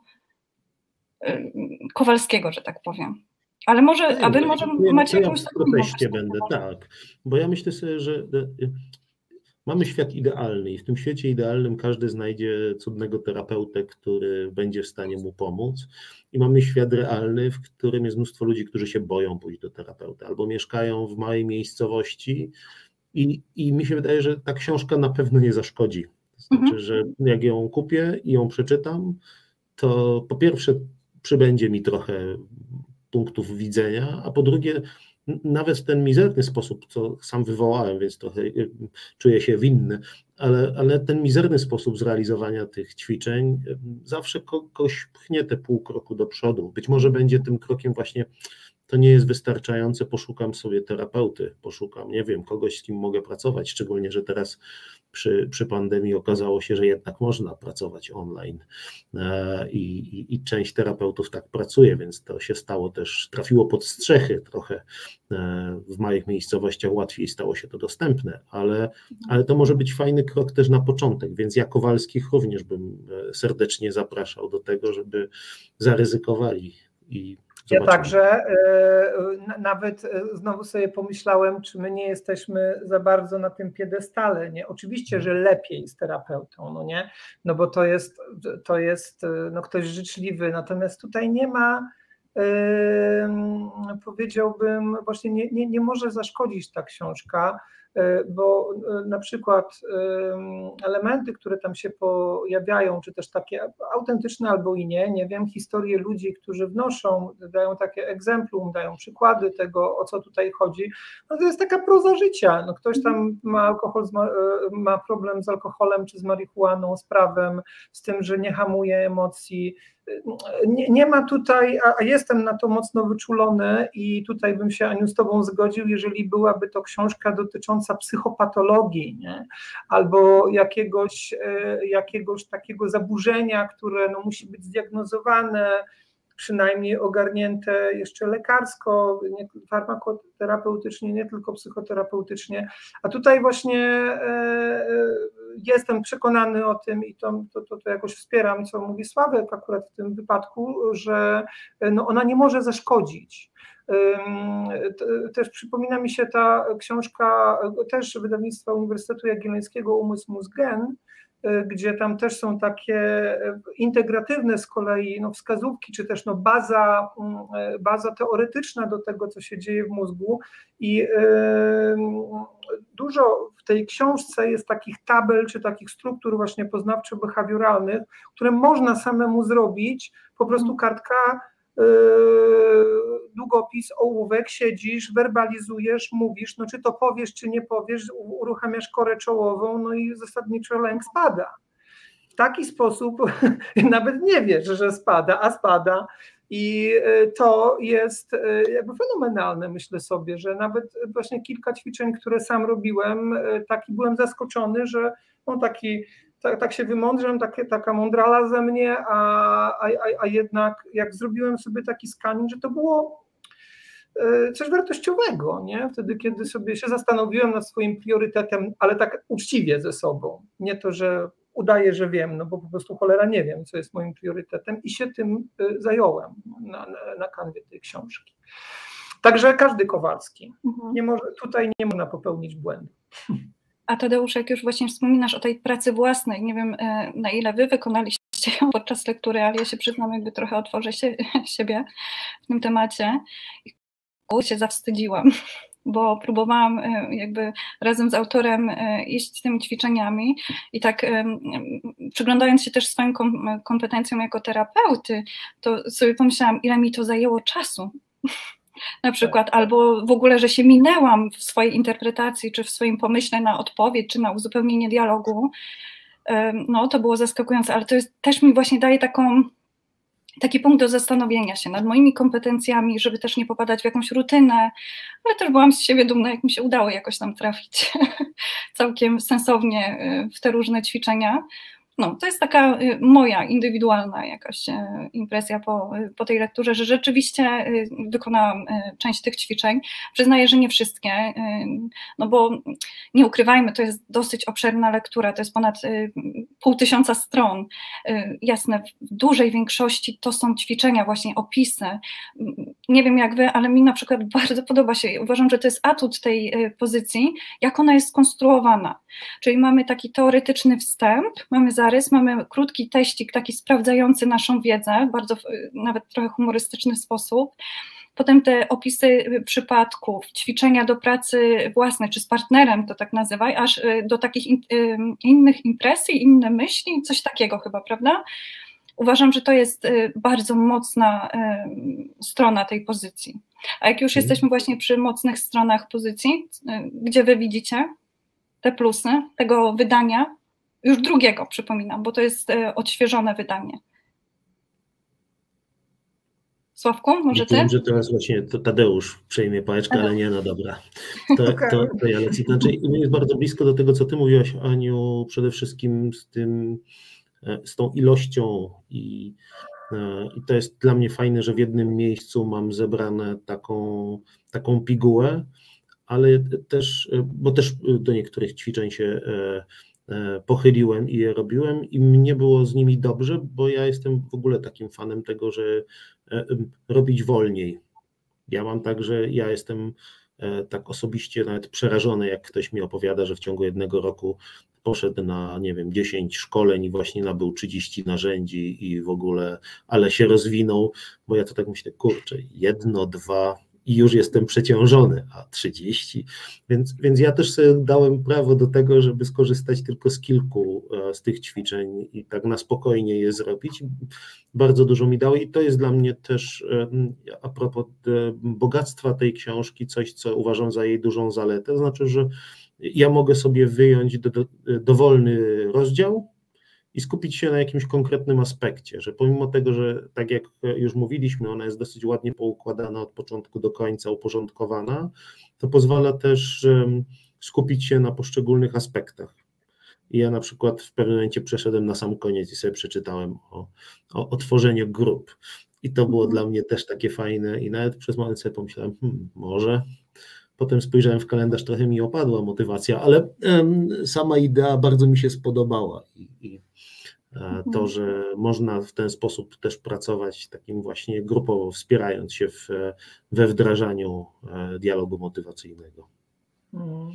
Kowalskiego, że tak powiem. Ale może, a wy może ja, macie ja jakąś w taką proteście będę, tak, bo ja myślę sobie, że mamy świat idealny i w tym świecie idealnym każdy znajdzie cudnego terapeutę, który będzie w stanie mu pomóc, i mamy świat realny, w którym jest mnóstwo ludzi, którzy się boją pójść do terapeuty albo mieszkają w małej miejscowości i, i mi się wydaje, że ta książka na pewno nie zaszkodzi. To znaczy, mhm. że jak ją kupię i ją przeczytam, to po pierwsze przybędzie mi trochę punktów widzenia, a po drugie nawet w ten mizerny sposób, co sam wywołałem, więc trochę czuję się winny, ale, ale ten mizerny sposób zrealizowania tych ćwiczeń zawsze kogoś pchnie te pół kroku do przodu. Być może będzie tym krokiem właśnie, to nie jest wystarczające, poszukam sobie terapeuty, poszukam, nie wiem, kogoś, z kim mogę pracować, szczególnie, że teraz przy, przy pandemii okazało się, że jednak można pracować online i, i, i część terapeutów tak pracuje, więc to się stało też, trafiło pod strzechy trochę, w małych miejscowościach łatwiej stało się to dostępne, ale, ale to może być fajny krok też na początek, więc ja Kowalskich również bym serdecznie zapraszał do tego, żeby zaryzykowali i ja także y, nawet y, znowu sobie pomyślałem, czy my nie jesteśmy za bardzo na tym piedestale, nie? Oczywiście, że lepiej z terapeutą, no nie? No bo to jest, to jest no ktoś życzliwy, natomiast tutaj nie ma, y, powiedziałbym, właśnie nie, nie, nie może zaszkodzić ta książka, bo na przykład elementy, które tam się pojawiają, czy też takie autentyczne albo i nie, nie wiem, historie ludzi, którzy wnoszą, dają takie egzemplum, dają przykłady tego, o co tutaj chodzi, no to jest taka proza życia. No ktoś tam ma alkohol, ma problem z alkoholem, czy z marihuaną, z prawem, z tym, że nie hamuje emocji. Nie, nie ma tutaj, a jestem na to mocno wyczulony i tutaj bym się, Aniu, z tobą zgodził, jeżeli byłaby to książka dotycząca psychopatologii, nie? Albo jakiegoś, jakiegoś takiego zaburzenia, które no, musi być zdiagnozowane, przynajmniej ogarnięte jeszcze lekarsko, nie, farmakoterapeutycznie, nie tylko psychoterapeutycznie, a tutaj właśnie e, jestem przekonany o tym i to, to, to, to jakoś wspieram, co mówi Sławek akurat w tym wypadku, że no, ona nie może zaszkodzić. Też przypomina mi się ta książka też wydawnictwa Uniwersytetu Jagiellońskiego Umysł, Mózg, Gen, gdzie tam też są takie integratywne z kolei no, wskazówki, czy też no, baza, baza teoretyczna do tego, co się dzieje w mózgu i yy, dużo w tej książce jest takich tabel, czy takich struktur właśnie poznawczo-behawioralnych, które można samemu zrobić, po prostu kartka, yy, długopis, ołówek, siedzisz, werbalizujesz, mówisz, no czy to powiesz, czy nie powiesz, uruchamiasz korę czołową, no i zasadniczo lęk spada. W taki sposób nawet nie wiesz, że spada, a spada i to jest jakby fenomenalne, myślę sobie, że nawet właśnie kilka ćwiczeń, które sam robiłem, taki byłem zaskoczony, że no taki Tak, tak się wymądrzam, takie, taka mądrala ze mnie, a, a, a jednak jak zrobiłem sobie taki scanning, że to było coś wartościowego, nie? Wtedy, kiedy sobie się zastanowiłem nad swoim priorytetem, ale tak uczciwie ze sobą. Nie to, że udaję, że wiem, no bo po prostu cholera nie wiem, co jest moim priorytetem i się tym zająłem na, na, na kanwie tej książki. Także każdy Kowalski. Nie może, tutaj nie można popełnić błędu. A Tadeusz, jak już właśnie wspominasz o tej pracy własnej, nie wiem na ile wy wykonaliście ją podczas lektury, ale ja się przyznam, jakby trochę otworzę się, siebie w tym temacie i się zawstydziłam, bo próbowałam jakby razem z autorem iść z tymi ćwiczeniami i tak przyglądając się też swoim kompetencjom jako terapeuty, to sobie pomyślałam, ile mi to zajęło czasu. Na przykład, tak. Albo w ogóle, że się minęłam w swojej interpretacji, czy w swoim pomyśle na odpowiedź, czy na uzupełnienie dialogu, no to było zaskakujące, ale to jest, też mi właśnie daje taką, taki punkt do zastanowienia się nad moimi kompetencjami, żeby też nie popadać w jakąś rutynę, ale też byłam z siebie dumna, jak mi się udało jakoś tam trafić całkiem sensownie w te różne ćwiczenia. No, to jest taka moja indywidualna jakaś impresja po, po tej lekturze, że rzeczywiście wykonałam część tych ćwiczeń. Przyznaję, że nie wszystkie, no bo nie ukrywajmy, to jest dosyć obszerna lektura, to jest ponad pół tysiąca stron. Jasne, w dużej większości to są ćwiczenia, właśnie opisy. Nie wiem jak wy, ale mi na przykład bardzo podoba się, uważam, że to jest atut tej pozycji, jak ona jest skonstruowana. Czyli mamy taki teoretyczny wstęp, mamy zarys, mamy krótki teścik taki sprawdzający naszą wiedzę, bardzo nawet trochę humorystyczny sposób. Potem te opisy przypadków, ćwiczenia do pracy własnej, czy z partnerem, to tak nazywaj, aż do takich in, innych impresji, inne myśli, coś takiego chyba, prawda? Uważam, że to jest bardzo mocna strona tej pozycji. A jak już Mhm. jesteśmy właśnie przy mocnych stronach pozycji, gdzie wy widzicie te plusy tego wydania, już drugiego przypominam, bo to jest odświeżone wydanie. Sławku, może ty? Wiem, że teraz właśnie to Tadeusz przejmie pałeczkę, ale nie, no dobra. To, Okay. to, to ja lecę. Znaczy, mnie jest bardzo blisko do tego, co ty mówiłaś, Aniu, przede wszystkim z tym, z tą ilością i, i to jest dla mnie fajne, że w jednym miejscu mam zebrane taką, taką pigułę, ale też, bo też do niektórych ćwiczeń się pochyliłem i je robiłem i mnie było z nimi dobrze, bo ja jestem w ogóle takim fanem tego, że robić wolniej. Ja mam tak, że ja jestem tak osobiście nawet przerażony, jak ktoś mi opowiada, że w ciągu jednego roku poszedł na, nie wiem, dziesięć szkoleń i właśnie nabył trzydzieści narzędzi i w ogóle, ale się rozwinął, bo ja to tak myślę, kurczę, jedno, dwa i już jestem przeciążony, a trzydzieści, więc, więc ja też sobie dałem prawo do tego, żeby skorzystać tylko z kilku z tych ćwiczeń i tak na spokojnie je zrobić. Bardzo dużo mi dało i to jest dla mnie też a propos bogactwa tej książki coś, co uważam za jej dużą zaletę, to znaczy, że ja mogę sobie wyjąć do, do, dowolny rozdział i skupić się na jakimś konkretnym aspekcie, że pomimo tego, że tak jak już mówiliśmy, ona jest dosyć ładnie poukładana od początku do końca, uporządkowana, to pozwala też skupić się na poszczególnych aspektach. I ja na przykład w pewnym momencie przeszedłem na sam koniec i sobie przeczytałem o, o, o tworzeniu grup. I to było dla mnie też takie fajne i nawet przez moment sobie pomyślałem, hmm, może... Potem spojrzałem w kalendarz, trochę mi opadła motywacja, ale um, sama idea bardzo mi się spodobała i, i e, to, że można w ten sposób też pracować takim właśnie grupowo, wspierając się w, we wdrażaniu e, dialogu motywacyjnego. Hmm.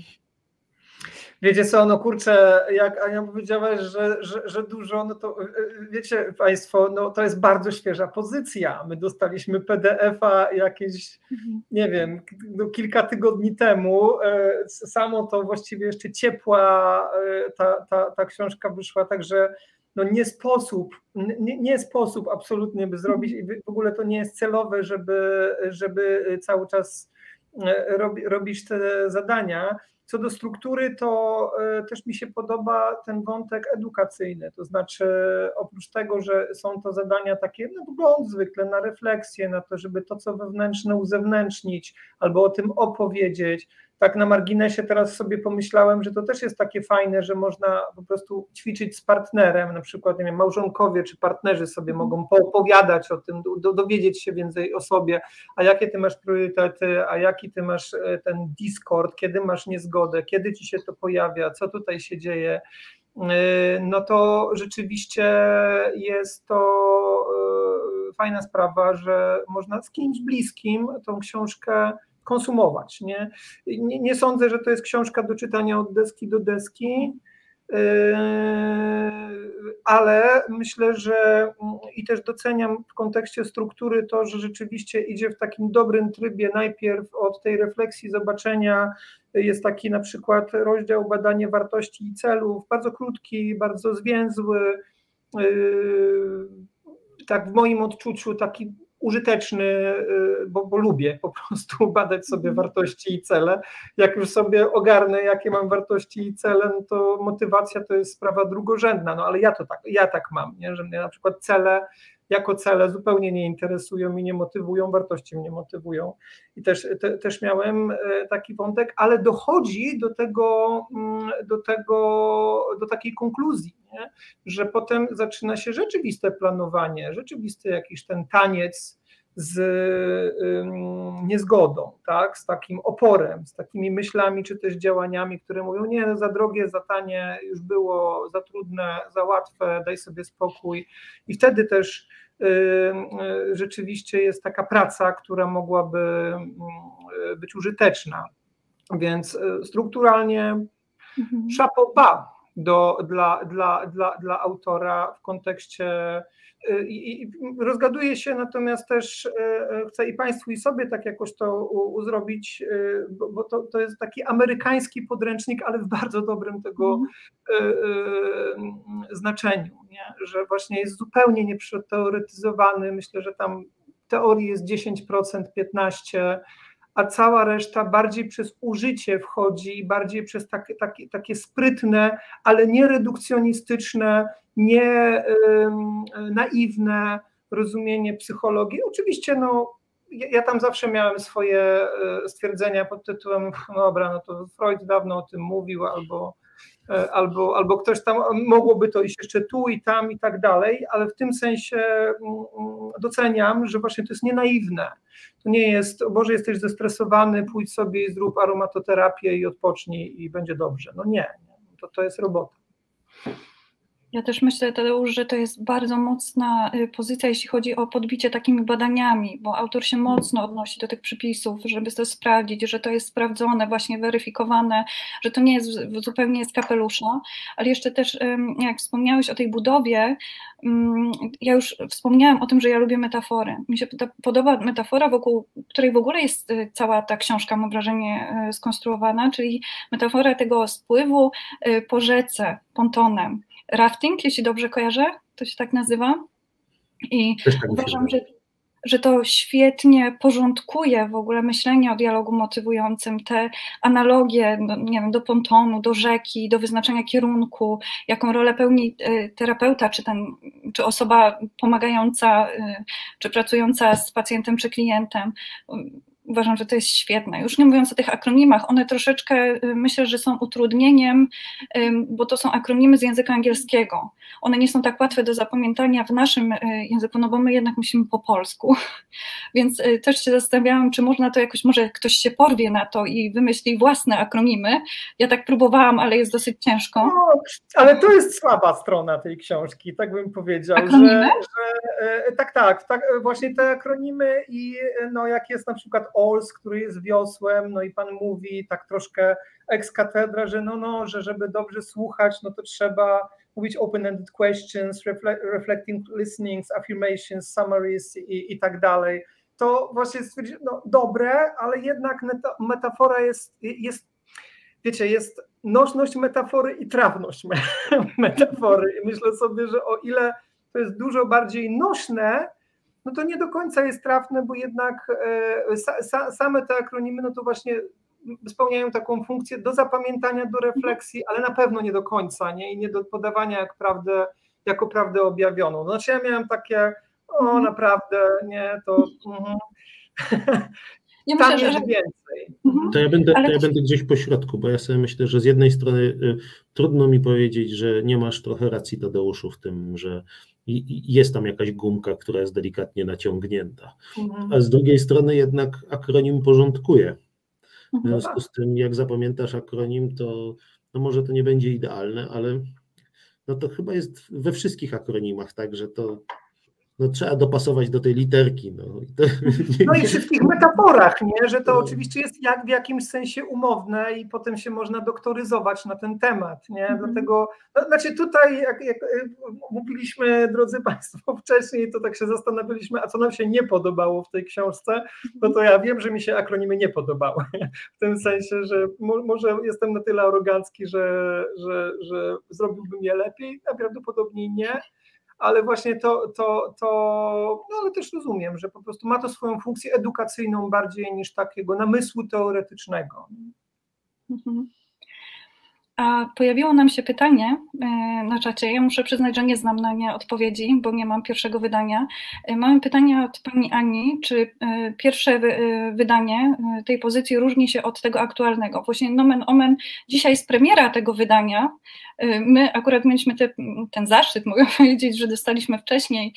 Wiecie co, no kurczę, jak Ania powiedziałaś, że, że, że dużo, no to wiecie Państwo, no to jest bardzo świeża pozycja. My dostaliśmy P D F-a jakieś, nie wiem, no kilka tygodni temu. Samo to właściwie jeszcze ciepła ta, ta, ta książka wyszła, także no nie sposób, nie, nie sposób absolutnie by zrobić i w ogóle to nie jest celowe, żeby, żeby cały czas robi, robić te zadania. Co do struktury, to też mi się podoba ten wątek edukacyjny, to znaczy oprócz tego, że są to zadania takie na wgląd zwykle, na refleksję, na to, żeby to, co wewnętrzne uzewnętrznić albo o tym opowiedzieć. Tak na marginesie teraz sobie pomyślałem, że to też jest takie fajne, że można po prostu ćwiczyć z partnerem, na przykład nie wiem, małżonkowie czy partnerzy sobie mogą poopowiadać o tym, do, dowiedzieć się więcej o sobie, a jakie ty masz priorytety, a jaki ty masz ten Discord, kiedy masz niezgodę, kiedy ci się to pojawia, co tutaj się dzieje, no to rzeczywiście jest to fajna sprawa, że można z kimś bliskim tą książkę konsumować. Nie? Nie, nie sądzę, że to jest książka do czytania od deski do deski, ale myślę, że i też doceniam w kontekście struktury to, że rzeczywiście idzie w takim dobrym trybie, najpierw od tej refleksji, zobaczenia, jest taki na przykład rozdział badanie wartości i celów, bardzo krótki, bardzo zwięzły, tak w moim odczuciu taki użyteczny, bo, bo lubię po prostu badać sobie wartości i cele. Jak już sobie ogarnę, jakie mam wartości i cele, no to motywacja to jest sprawa drugorzędna, no ale ja to tak, ja tak mam, nie? Że mnie na przykład cele jako cele zupełnie nie interesują i nie motywują, wartości mnie motywują. I też, te, też miałem taki wątek, ale dochodzi do tego, do tego, do takiej konkluzji, nie? Że potem zaczyna się rzeczywiste planowanie, rzeczywisty jakiś ten taniec z um, niezgodą, tak? Z takim oporem, z takimi myślami czy też działaniami, które mówią, nie, no za drogie, za tanie, już było, za trudne, za łatwe, daj sobie spokój. I wtedy też y, y, rzeczywiście jest taka praca, która mogłaby y, być użyteczna. Więc y, strukturalnie mhm. chapeau bas do, dla, dla, dla, dla autora w kontekście. I, i rozgaduję się, natomiast też chcę i Państwu i sobie tak jakoś to u, u zrobić, bo, bo to, to jest taki amerykański podręcznik, ale w bardzo dobrym tego mm. y, y, znaczeniu, nie? że właśnie jest zupełnie nieprzeteoretyzowany. Myślę, że tam teorii jest dziesięć procent, piętnaście procent, a cała reszta bardziej przez użycie wchodzi, bardziej przez takie, takie, takie sprytne, ale nie redukcjonistyczne, nie um, naiwne rozumienie psychologii. Oczywiście no, ja, ja tam zawsze miałem swoje stwierdzenia pod tytułem, no dobra, no to Freud dawno o tym mówił, albo, albo, albo ktoś tam, mogłoby to iść jeszcze tu i tam i tak dalej, ale w tym sensie doceniam, że właśnie to jest nienaiwne. To nie jest, o Boże, jesteś zestresowany, pójdź sobie i zrób aromatoterapię i odpocznij i będzie dobrze. No nie, to, to jest robota. Ja też myślę, Tadeusz, że to jest bardzo mocna pozycja, jeśli chodzi o podbicie takimi badaniami, bo autor się mocno odnosi do tych przypisów, żeby to sprawdzić, że to jest sprawdzone, właśnie weryfikowane, że to nie jest zupełnie z kapelusza, ale jeszcze też, jak wspomniałeś o tej budowie, ja już wspomniałam o tym, że ja lubię metafory. Mi się podoba metafora, wokół której w ogóle jest cała ta książka, mam wrażenie, skonstruowana, czyli metafora tego spływu po rzece pontonem. Rafting, jeśli dobrze kojarzę, to się tak nazywa. I tak uważam, że, że to świetnie porządkuje w ogóle myślenie o dialogu motywującym, te analogie do, nie wiem, do pontonu, do rzeki, do wyznaczenia kierunku, jaką rolę pełni terapeuta, czy, ten, czy osoba pomagająca, czy pracująca z pacjentem, czy klientem. Uważam, że to jest świetne. Już nie mówiąc o tych akronimach, one troszeczkę myślę, że są utrudnieniem, bo to są akronimy z języka angielskiego. One nie są tak łatwe do zapamiętania w naszym języku, no bo my jednak myślimy po polsku. Więc też się zastanawiałam, czy można to jakoś, może ktoś się porwie na to i wymyśli własne akronimy. Ja tak próbowałam, ale jest dosyć ciężko. No, ale to jest słaba strona tej książki, tak bym powiedział. Akronimy? Że, że, tak, tak, tak, właśnie te akronimy i no, jak jest na przykład O L S, który jest wiosłem, no i pan mówi tak troszkę ex cathedra, że no, no, że żeby dobrze słuchać, no to trzeba mówić open-ended questions, reflecting listenings, affirmations, summaries i, i tak dalej. To właśnie stwierdziłem, no dobre, ale jednak metafora jest, jest, wiecie, jest nośność metafory i trawność metafory. I myślę sobie, że o ile to jest dużo bardziej nośne, no to nie do końca jest trafne, bo jednak e, same te akronimy, no to właśnie spełniają taką funkcję do zapamiętania, do refleksji, ale na pewno nie do końca, nie? I nie do podawania jak prawdę, jako prawdę objawioną. Znaczy ja miałem takie, o naprawdę, nie, to... Mm, ja tam myślę, jest że... więcej. To ja, będę, Ale to ja też... będę gdzieś po środku, bo ja sobie myślę, że z jednej strony y, trudno mi powiedzieć, że nie masz trochę racji, Tadeuszu, w tym, że i, i jest tam jakaś gumka, która jest delikatnie naciągnięta, Mhm. a z drugiej strony jednak akronim porządkuje. W Mhm. związku z tym, jak zapamiętasz akronim, to no może to nie będzie idealne, ale no to chyba jest we wszystkich akronimach, tak, że to no, trzeba dopasować do tej literki. No i, to, no i wszystkich metaforach, nie? Że to oczywiście jest jak w jakimś sensie umowne i potem się można doktoryzować na ten temat. Nie? Mhm. Dlatego, no, znaczy tutaj, jak, jak mówiliśmy, drodzy Państwo, wcześniej, to tak się zastanawialiśmy, a co nam się nie podobało w tej książce, no to ja wiem, że mi się akronimy nie podobały. W tym sensie, że mo, może jestem na tyle arogancki, że, że, że zrobiłbym je lepiej, a prawdopodobnie nie. Ale właśnie to, to, to, no ale też rozumiem, że po prostu ma to swoją funkcję edukacyjną bardziej niż takiego namysłu teoretycznego. Mhm. A pojawiło nam się pytanie na czacie, ja muszę przyznać, że nie znam na nie odpowiedzi, bo nie mam pierwszego wydania. Mamy pytanie od pani Ani, czy pierwsze wydanie tej pozycji różni się od tego aktualnego? Właśnie nomen omen, dzisiaj jest premiera tego wydania, my akurat mieliśmy te, ten zaszczyt, mogę powiedzieć, że dostaliśmy wcześniej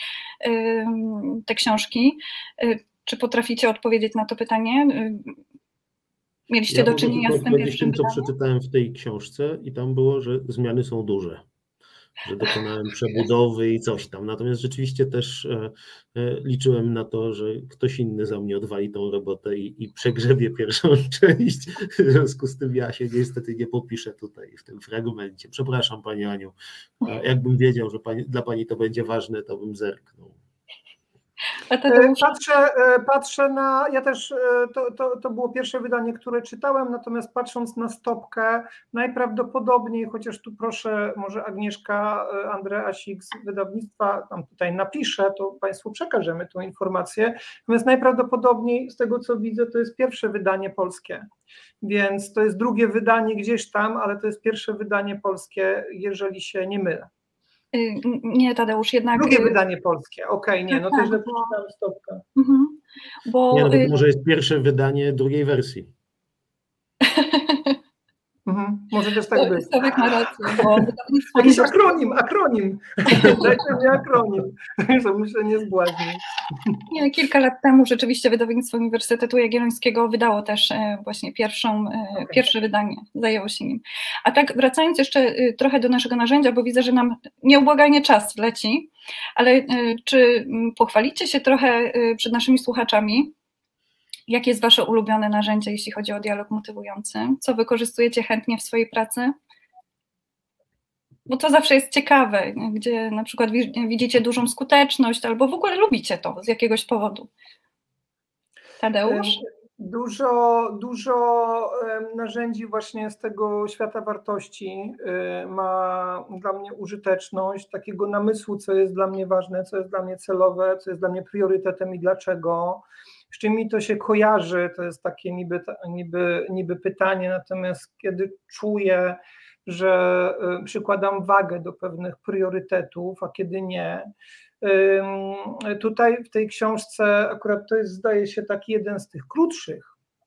te książki. Czy potraficie odpowiedzieć na to pytanie? Mieliście ja do czynienia z tym pierwszym tym, co wydaniem? przeczytałem w tej książce i tam było, że zmiany są duże, że dokonałem przebudowy i coś tam. Natomiast rzeczywiście też e, e, liczyłem na to, że ktoś inny za mnie odwali tą robotę i, i przegrzebie pierwszą część. W związku z tym ja się niestety nie popiszę tutaj w tym fragmencie. Przepraszam Pani Aniu. Jakbym wiedział, że pani, dla Pani to będzie ważne, to bym zerknął. A Tadeusz? Patrzę, patrzę na, ja też, to, to, to było pierwsze wydanie, które czytałem, natomiast patrząc na stopkę, najprawdopodobniej, chociaż tu proszę, może Agnieszka Andreasik z wydawnictwa tam tutaj napisze, to Państwu przekażemy tą informację, natomiast najprawdopodobniej z tego, co widzę, to jest pierwsze wydanie polskie, więc to jest drugie wydanie gdzieś tam, ale to jest pierwsze wydanie polskie, jeżeli się nie mylę. Nie, Tadeusz, jednak... Drugie wydanie polskie, okej, okay, nie, no to tak, źle bo... przeczytałem stopkę. Mhm, bo... Nie, no bo może jest pierwsze wydanie drugiej wersji. Mhm. Może też tak być. Sławek ma rację, bo wydawnictwo... Jakiś akronim, akronim. Dajcie mi akronim, żebym się nie zbłaźnił. Nie, kilka lat temu rzeczywiście wydawnictwo Uniwersytetu Jagiellońskiego wydało też właśnie pierwszą, okay. pierwsze wydanie, zajęło się nim. A tak wracając jeszcze trochę do naszego narzędzia, bo widzę, że nam nieubłaganie czas leci, ale czy pochwalicie się trochę przed naszymi słuchaczami? Jakie jest Wasze ulubione narzędzie, jeśli chodzi o dialog motywujący? Co wykorzystujecie chętnie w swojej pracy? Bo to zawsze jest ciekawe, gdzie na przykład widzicie dużą skuteczność albo w ogóle lubicie to z jakiegoś powodu. Tadeusz? Dużo, dużo narzędzi właśnie z tego świata wartości ma dla mnie użyteczność, takiego namysłu, co jest dla mnie ważne, co jest dla mnie celowe, co jest dla mnie priorytetem i dlaczego. Z czym mi to się kojarzy, to jest takie niby, niby, niby pytanie, natomiast kiedy czuję, że przykładam wagę do pewnych priorytetów, a kiedy nie. Tutaj w tej książce akurat to jest, zdaje się, taki jeden z tych krótszych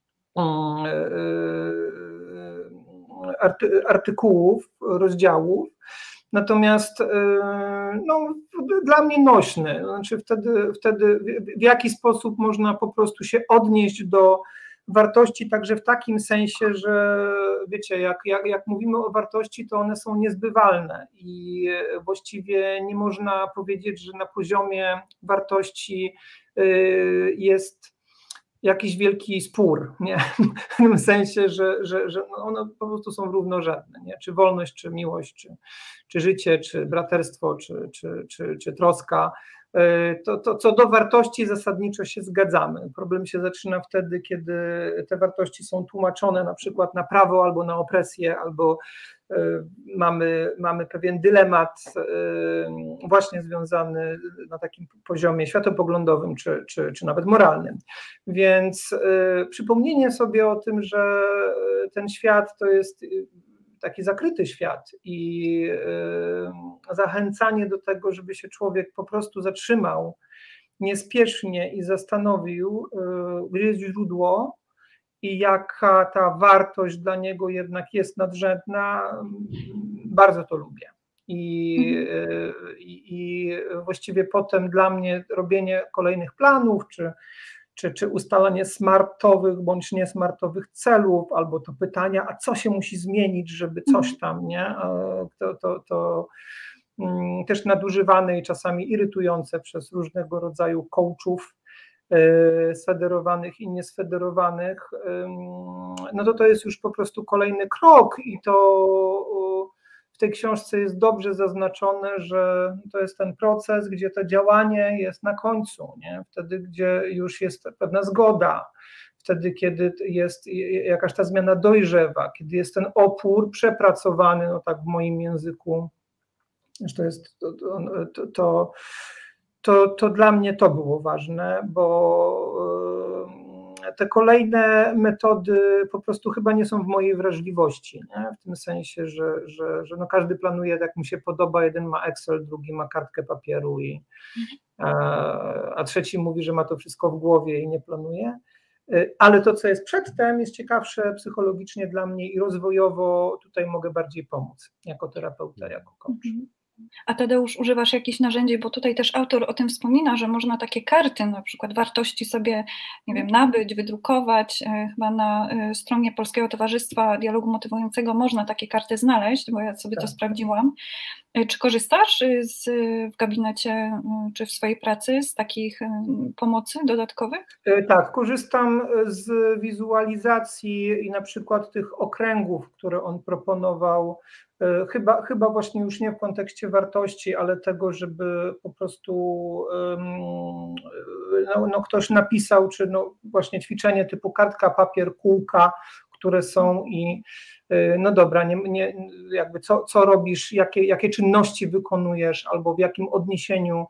artykułów, rozdziałów, natomiast no, dla mnie nośny, znaczy wtedy, wtedy w jaki sposób można po prostu się odnieść do wartości także w takim sensie, że wiecie, jak, jak, jak mówimy o wartości, to one są niezbywalne i właściwie nie można powiedzieć, że na poziomie wartości jest jakiś wielki spór, nie? W tym sensie, że, że, że one po prostu są równorzędne, nie? Czy wolność, czy miłość, czy, czy życie, czy braterstwo, czy, czy, czy, czy troska. To, to co do wartości zasadniczo się zgadzamy. Problem się zaczyna wtedy, kiedy te wartości są tłumaczone na przykład na prawo albo na opresję, albo mamy, mamy pewien dylemat właśnie związany na takim poziomie światopoglądowym czy, czy, czy nawet moralnym. Więc przypomnienie sobie o tym, że ten świat to jest taki zakryty świat i zachęcanie do tego, żeby się człowiek po prostu zatrzymał niespiesznie i zastanowił, gdzie jest źródło i jaka ta wartość dla niego jednak jest nadrzędna, bardzo to lubię. I, i, i właściwie potem dla mnie robienie kolejnych planów, czy Czy, czy ustalanie smartowych bądź niesmartowych celów, albo to pytania, a co się musi zmienić, żeby coś tam, nie? To, to, to um, też nadużywane i czasami irytujące przez różnego rodzaju coachów y, sfederowanych i niesfederowanych, y, no to to jest już po prostu kolejny krok i to y, w tej książce jest dobrze zaznaczone, że to jest ten proces, gdzie to działanie jest na końcu, nie? Wtedy, gdzie już jest pewna zgoda, wtedy, kiedy jest jakaś ta zmiana dojrzewa, kiedy jest ten opór przepracowany, no tak w moim języku, to jest to, to, to, to, to dla mnie to było ważne, bo te kolejne metody po prostu chyba nie są w mojej wrażliwości, nie? W tym sensie, że, że, że no każdy planuje, jak mu się podoba, jeden ma Excel, drugi ma kartkę papieru, i, a, a trzeci mówi, że ma to wszystko w głowie i nie planuje. Ale to, co jest przedtem, jest ciekawsze psychologicznie dla mnie i rozwojowo tutaj mogę bardziej pomóc jako terapeuta, jako coach. A Tadeusz, używasz jakichś narzędzi, bo tutaj też autor o tym wspomina, że można takie karty, na przykład wartości sobie, nie wiem, nabyć, wydrukować. Chyba na stronie Polskiego Towarzystwa Dialogu Motywującego można takie karty znaleźć, bo ja sobie tak. to sprawdziłam. Czy korzystasz z, w gabinecie czy w swojej pracy z takich pomocy dodatkowych? Tak, korzystam z wizualizacji i na przykład tych okręgów, które on proponował, chyba, chyba właśnie już nie w kontekście wartości, ale tego, żeby po prostu no, no ktoś napisał, czy no właśnie ćwiczenie typu kartka, papier, kółka, które są i no dobra, nie, nie, jakby co, co robisz, jakie, jakie czynności wykonujesz, albo w jakim odniesieniu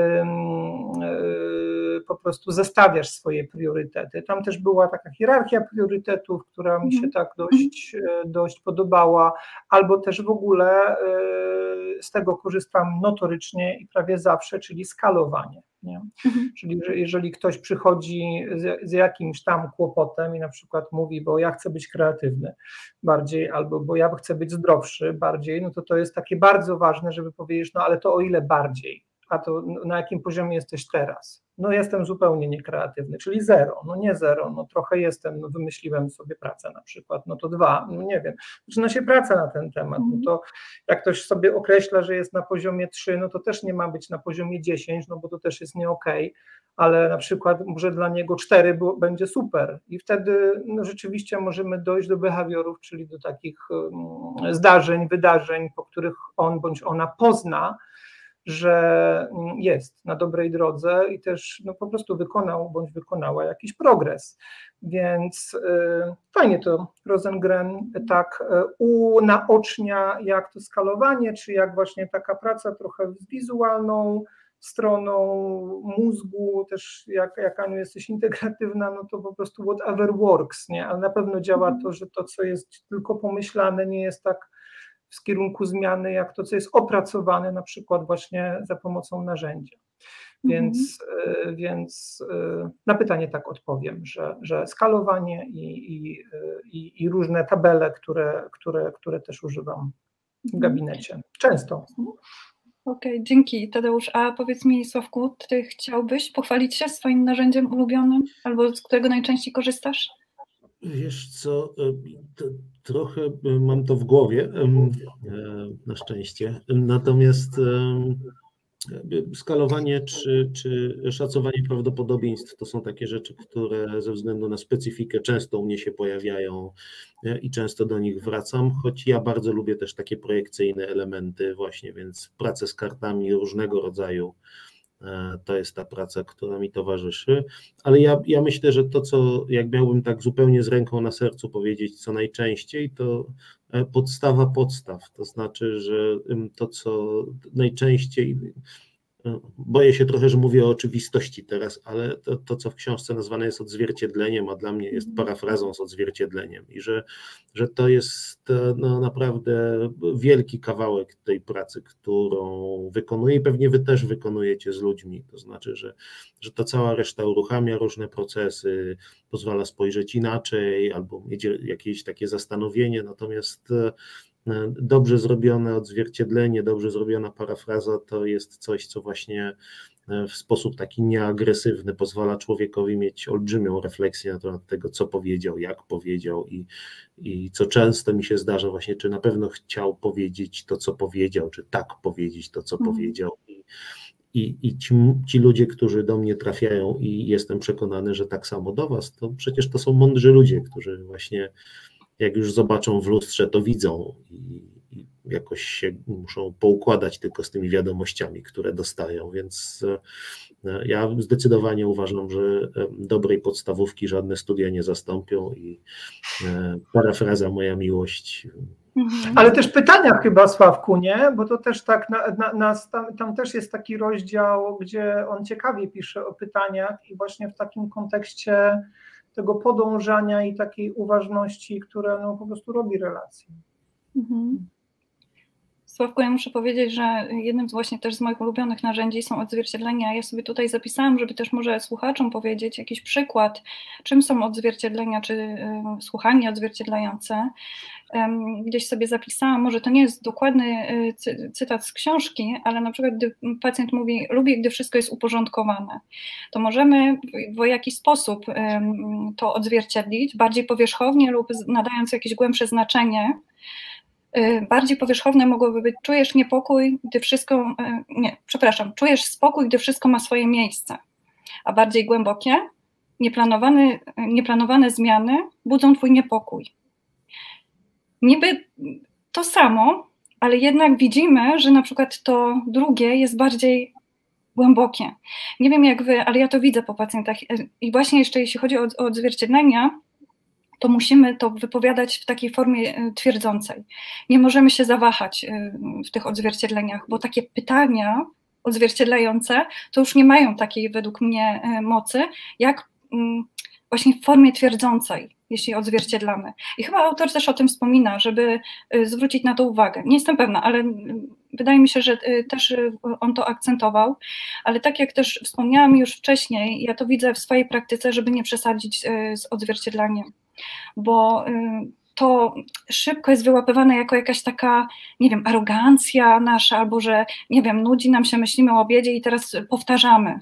po prostu zestawiasz swoje priorytety. Tam też była taka hierarchia priorytetów, która mi się tak dość, dość podobała, albo też w ogóle z tego korzystam notorycznie i prawie zawsze, czyli skalowanie. Nie? Mhm. Czyli że jeżeli ktoś przychodzi z, z jakimś tam kłopotem i na przykład mówi, bo ja chcę być kreatywny bardziej, albo bo ja chcę być zdrowszy bardziej, no to to jest takie bardzo ważne, żeby powiedzieć, no ale to o ile bardziej, a to na jakim poziomie jesteś teraz? No jestem zupełnie niekreatywny, czyli zero, no nie zero, no trochę jestem, no wymyśliłem sobie pracę na przykład, no to dwa, no nie wiem, zaczyna się praca na ten temat, no to jak ktoś sobie określa, że jest na poziomie trzy, no to też nie ma być na poziomie dziesięć, no bo to też jest nie okej, ale na przykład może dla niego cztery było, będzie super i wtedy no rzeczywiście możemy dojść do behawiorów, czyli do takich um, zdarzeń, wydarzeń, po których on bądź ona pozna, że jest na dobrej drodze i też no, po prostu wykonał bądź wykonała jakiś progres. Więc y, fajnie to Rosengren tak y, unaocznia, jak to skalowanie, czy jak właśnie taka praca trochę z wizualną stroną mózgu, też jak, jak Aniu jesteś integratywna, no to po prostu whatever works, nie? Ale na pewno działa to, że to, co jest tylko pomyślane, nie jest tak w kierunku zmiany, jak to, co jest opracowane na przykład właśnie za pomocą narzędzia. Więc, mm-hmm. więc na pytanie tak odpowiem, że, że skalowanie i, i, i, i różne tabele, które, które, które też używam w gabinecie. Często. Okej, okay, dzięki Tadeusz. A powiedz mi, Sławku, ty chciałbyś pochwalić się swoim narzędziem ulubionym albo z którego najczęściej korzystasz? Wiesz co, to, trochę mam to w głowie, na szczęście, natomiast skalowanie czy, czy szacowanie prawdopodobieństw to są takie rzeczy, które ze względu na specyfikę często u mnie się pojawiają i często do nich wracam, choć ja bardzo lubię też takie projekcyjne elementy właśnie, więc pracę z kartami różnego rodzaju. To jest ta praca, która mi towarzyszy, ale ja, ja myślę, że to, co jak miałbym tak zupełnie z ręką na sercu powiedzieć co najczęściej, to podstawa podstaw, to znaczy, że to, co najczęściej, boję się trochę, że mówię o oczywistości teraz, ale to, to co w książce nazwane jest odzwierciedleniem, a dla mnie jest parafrazą z odzwierciedleniem i że, że to jest no, naprawdę wielki kawałek tej pracy, którą wykonuję i pewnie wy też wykonujecie z ludźmi, to znaczy, że, że ta cała reszta uruchamia różne procesy, pozwala spojrzeć inaczej albo mieć jakieś takie zastanowienie, natomiast dobrze zrobione odzwierciedlenie, dobrze zrobiona parafraza to jest coś, co właśnie w sposób taki nieagresywny pozwala człowiekowi mieć olbrzymią refleksję na temat tego, co powiedział, jak powiedział i, i co często mi się zdarza właśnie, czy na pewno chciał powiedzieć to, co powiedział, czy tak powiedzieć to, co mm. powiedział. I, i, i ci, ci ludzie, którzy do mnie trafiają i jestem przekonany, że tak samo do was, to przecież to są mądrzy ludzie, którzy właśnie jak już zobaczą w lustrze, to widzą i, i jakoś się muszą poukładać tylko z tymi wiadomościami, które dostają, więc ja zdecydowanie uważam, że dobrej podstawówki żadne studia nie zastąpią i parafraza moja miłość. Ale też pytania chyba, Sławku, nie? Bo to też tak, na, na, na, tam, tam też jest taki rozdział, gdzie on ciekawie pisze o pytaniach i właśnie w takim kontekście tego podążania i takiej uważności, która no, po prostu robi relacje. Mhm. Sławku, ja muszę powiedzieć, że jednym z właśnie też z moich ulubionych narzędzi są odzwierciedlenia. Ja sobie tutaj zapisałam, żeby też może słuchaczom powiedzieć jakiś przykład, czym są odzwierciedlenia, czy y, słuchanie odzwierciedlające. Um, gdzieś sobie zapisałam, może to nie jest dokładny y, cy, cytat z książki, ale na przykład gdy pacjent mówi, lubię, gdy wszystko jest uporządkowane, to możemy w, w jakiś sposób y, to odzwierciedlić, bardziej powierzchownie lub nadając jakieś głębsze znaczenie, Bardziej powierzchowne mogłoby być: czujesz niepokój, gdy wszystko, nie, przepraszam, czujesz spokój, gdy wszystko ma swoje miejsce. A bardziej głębokie: nieplanowane, nieplanowane zmiany budzą twój niepokój. Niby to samo, ale jednak widzimy, że na przykład to drugie jest bardziej głębokie. Nie wiem jak wy, ale ja to widzę po pacjentach. I właśnie jeszcze jeśli chodzi o, o odzwierciedlenia, to musimy to wypowiadać w takiej formie twierdzącej. Nie możemy się zawahać w tych odzwierciedleniach, bo takie pytania odzwierciedlające to już nie mają takiej według mnie mocy, jak właśnie w formie twierdzącej, jeśli odzwierciedlamy. I chyba autor też o tym wspomina, żeby zwrócić na to uwagę. Nie jestem pewna, ale wydaje mi się, że też on to akcentował, ale tak jak też wspomniałam już wcześniej, ja to widzę w swojej praktyce, żeby nie przesadzić z odzwierciedlaniem, bo to szybko jest wyłapywane jako jakaś taka, nie wiem, arogancja nasza, albo że, nie wiem, nudzi nam się, myślimy o obiedzie i teraz powtarzamy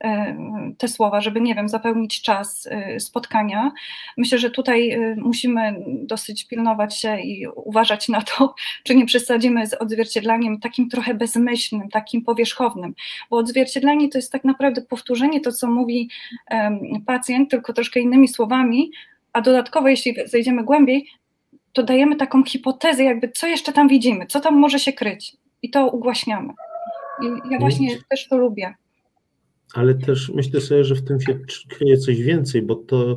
te słowa, żeby, nie wiem, zapełnić czas spotkania. Myślę, że tutaj musimy dosyć pilnować się i uważać na to, czy nie przesadzimy z odzwierciedlaniem takim trochę bezmyślnym, takim powierzchownym, bo odzwierciedlenie to jest tak naprawdę powtórzenie to, co mówi pacjent, tylko troszkę innymi słowami, a dodatkowo, jeśli zejdziemy głębiej, to dajemy taką hipotezę, jakby co jeszcze tam widzimy, co tam może się kryć i to ugłaśniamy. I ja właśnie też to lubię. Ale też myślę sobie, że w tym się kryje coś więcej, bo to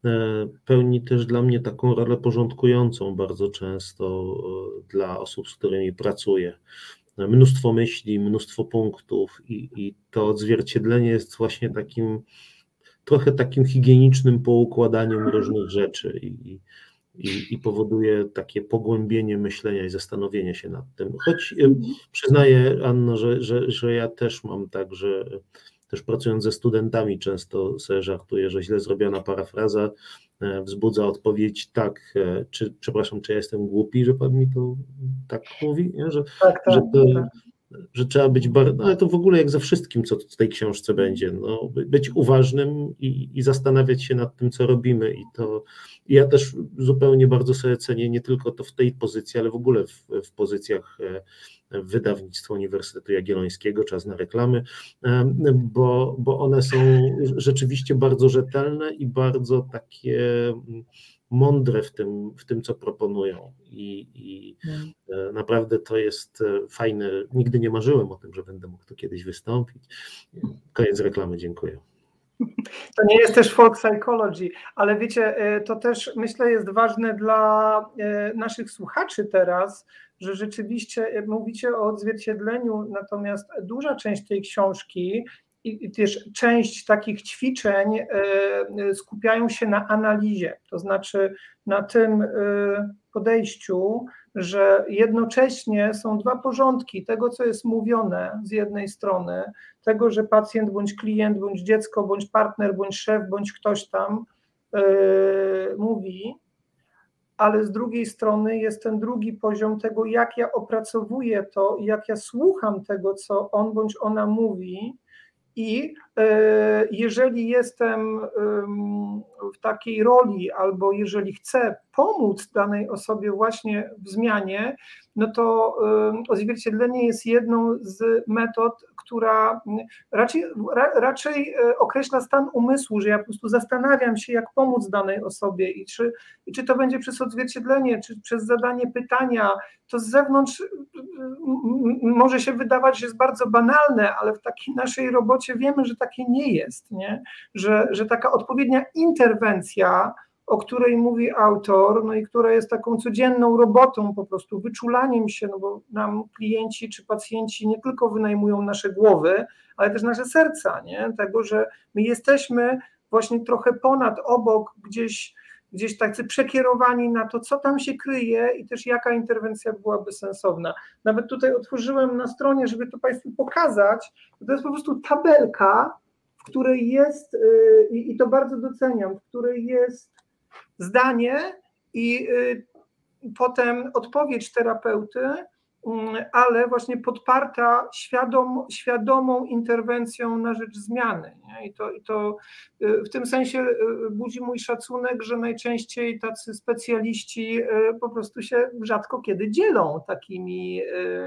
pełni też dla mnie taką rolę porządkującą bardzo często dla osób, z którymi pracuję. Mnóstwo myśli, mnóstwo punktów i, i to odzwierciedlenie jest właśnie takim, trochę takim higienicznym poukładaniem różnych rzeczy i, i, i powoduje takie pogłębienie myślenia i zastanowienia się nad tym. Choć przyznaję, Anno, że, że, że ja też mam tak, że też pracując ze studentami często sobie żartuję, że źle zrobiona parafraza wzbudza odpowiedź tak, czy, przepraszam, czy ja jestem głupi, że pan mi to tak mówi, nie? Że, tak, tak, że, to, tak. że trzeba być bardzo, no ale to w ogóle jak ze wszystkim, co w tej książce będzie, no, być uważnym i, i zastanawiać się nad tym, co robimy i to i ja też zupełnie bardzo sobie cenię nie tylko to w tej pozycji, ale w ogóle w, w pozycjach wydawnictwa Uniwersytetu Jagiellońskiego, czas na reklamy, bo, bo one są rzeczywiście bardzo rzetelne i bardzo takie mądre w tym, w tym co proponują i, i naprawdę to jest fajne. Nigdy nie marzyłem o tym, że będę mógł tu kiedyś wystąpić. Koniec reklamy, dziękuję. To nie jest też folk psychology, ale wiecie, to też myślę jest ważne dla naszych słuchaczy teraz, że rzeczywiście mówicie o odzwierciedleniu, natomiast duża część tej książki i też część takich ćwiczeń skupiają się na analizie, to znaczy na tym podejściu, że jednocześnie są dwa porządki tego, co jest mówione z jednej strony, tego, że pacjent, bądź klient, bądź dziecko, bądź partner, bądź szef, bądź ktoś tam yy, mówi, ale z drugiej strony jest ten drugi poziom tego, jak ja opracowuję to i jak ja słucham tego, co on bądź ona mówi. I jeżeli jestem w takiej roli, albo jeżeli chcę pomóc danej osobie właśnie w zmianie, no to odzwierciedlenie jest jedną z metod, która raczej, raczej określa stan umysłu, że ja po prostu zastanawiam się, jak pomóc danej osobie i czy, i czy to będzie przez odzwierciedlenie, czy przez zadanie pytania. To z zewnątrz może się wydawać, że jest bardzo banalne, ale w takiej naszej robocie wiemy, że takie nie jest, nie? Że, że taka odpowiednia interwencja, o której mówi autor, no i która jest taką codzienną robotą, po prostu wyczulaniem się, no bo nam klienci czy pacjenci nie tylko wynajmują nasze głowy, ale też nasze serca, nie? Tego, że my jesteśmy właśnie trochę ponad, obok, gdzieś gdzieś tacy przekierowani na to, co tam się kryje i też jaka interwencja byłaby sensowna. Nawet tutaj otworzyłem na stronie, żeby to Państwu pokazać, to jest po prostu tabelka, w której jest, i to bardzo doceniam, w której jest zdanie i potem odpowiedź terapeuty ale właśnie podparta świadom, świadomą interwencją na rzecz zmiany. Nie? I, to, I to w tym sensie budzi mój szacunek, że najczęściej tacy specjaliści po prostu się rzadko kiedy dzielą takimi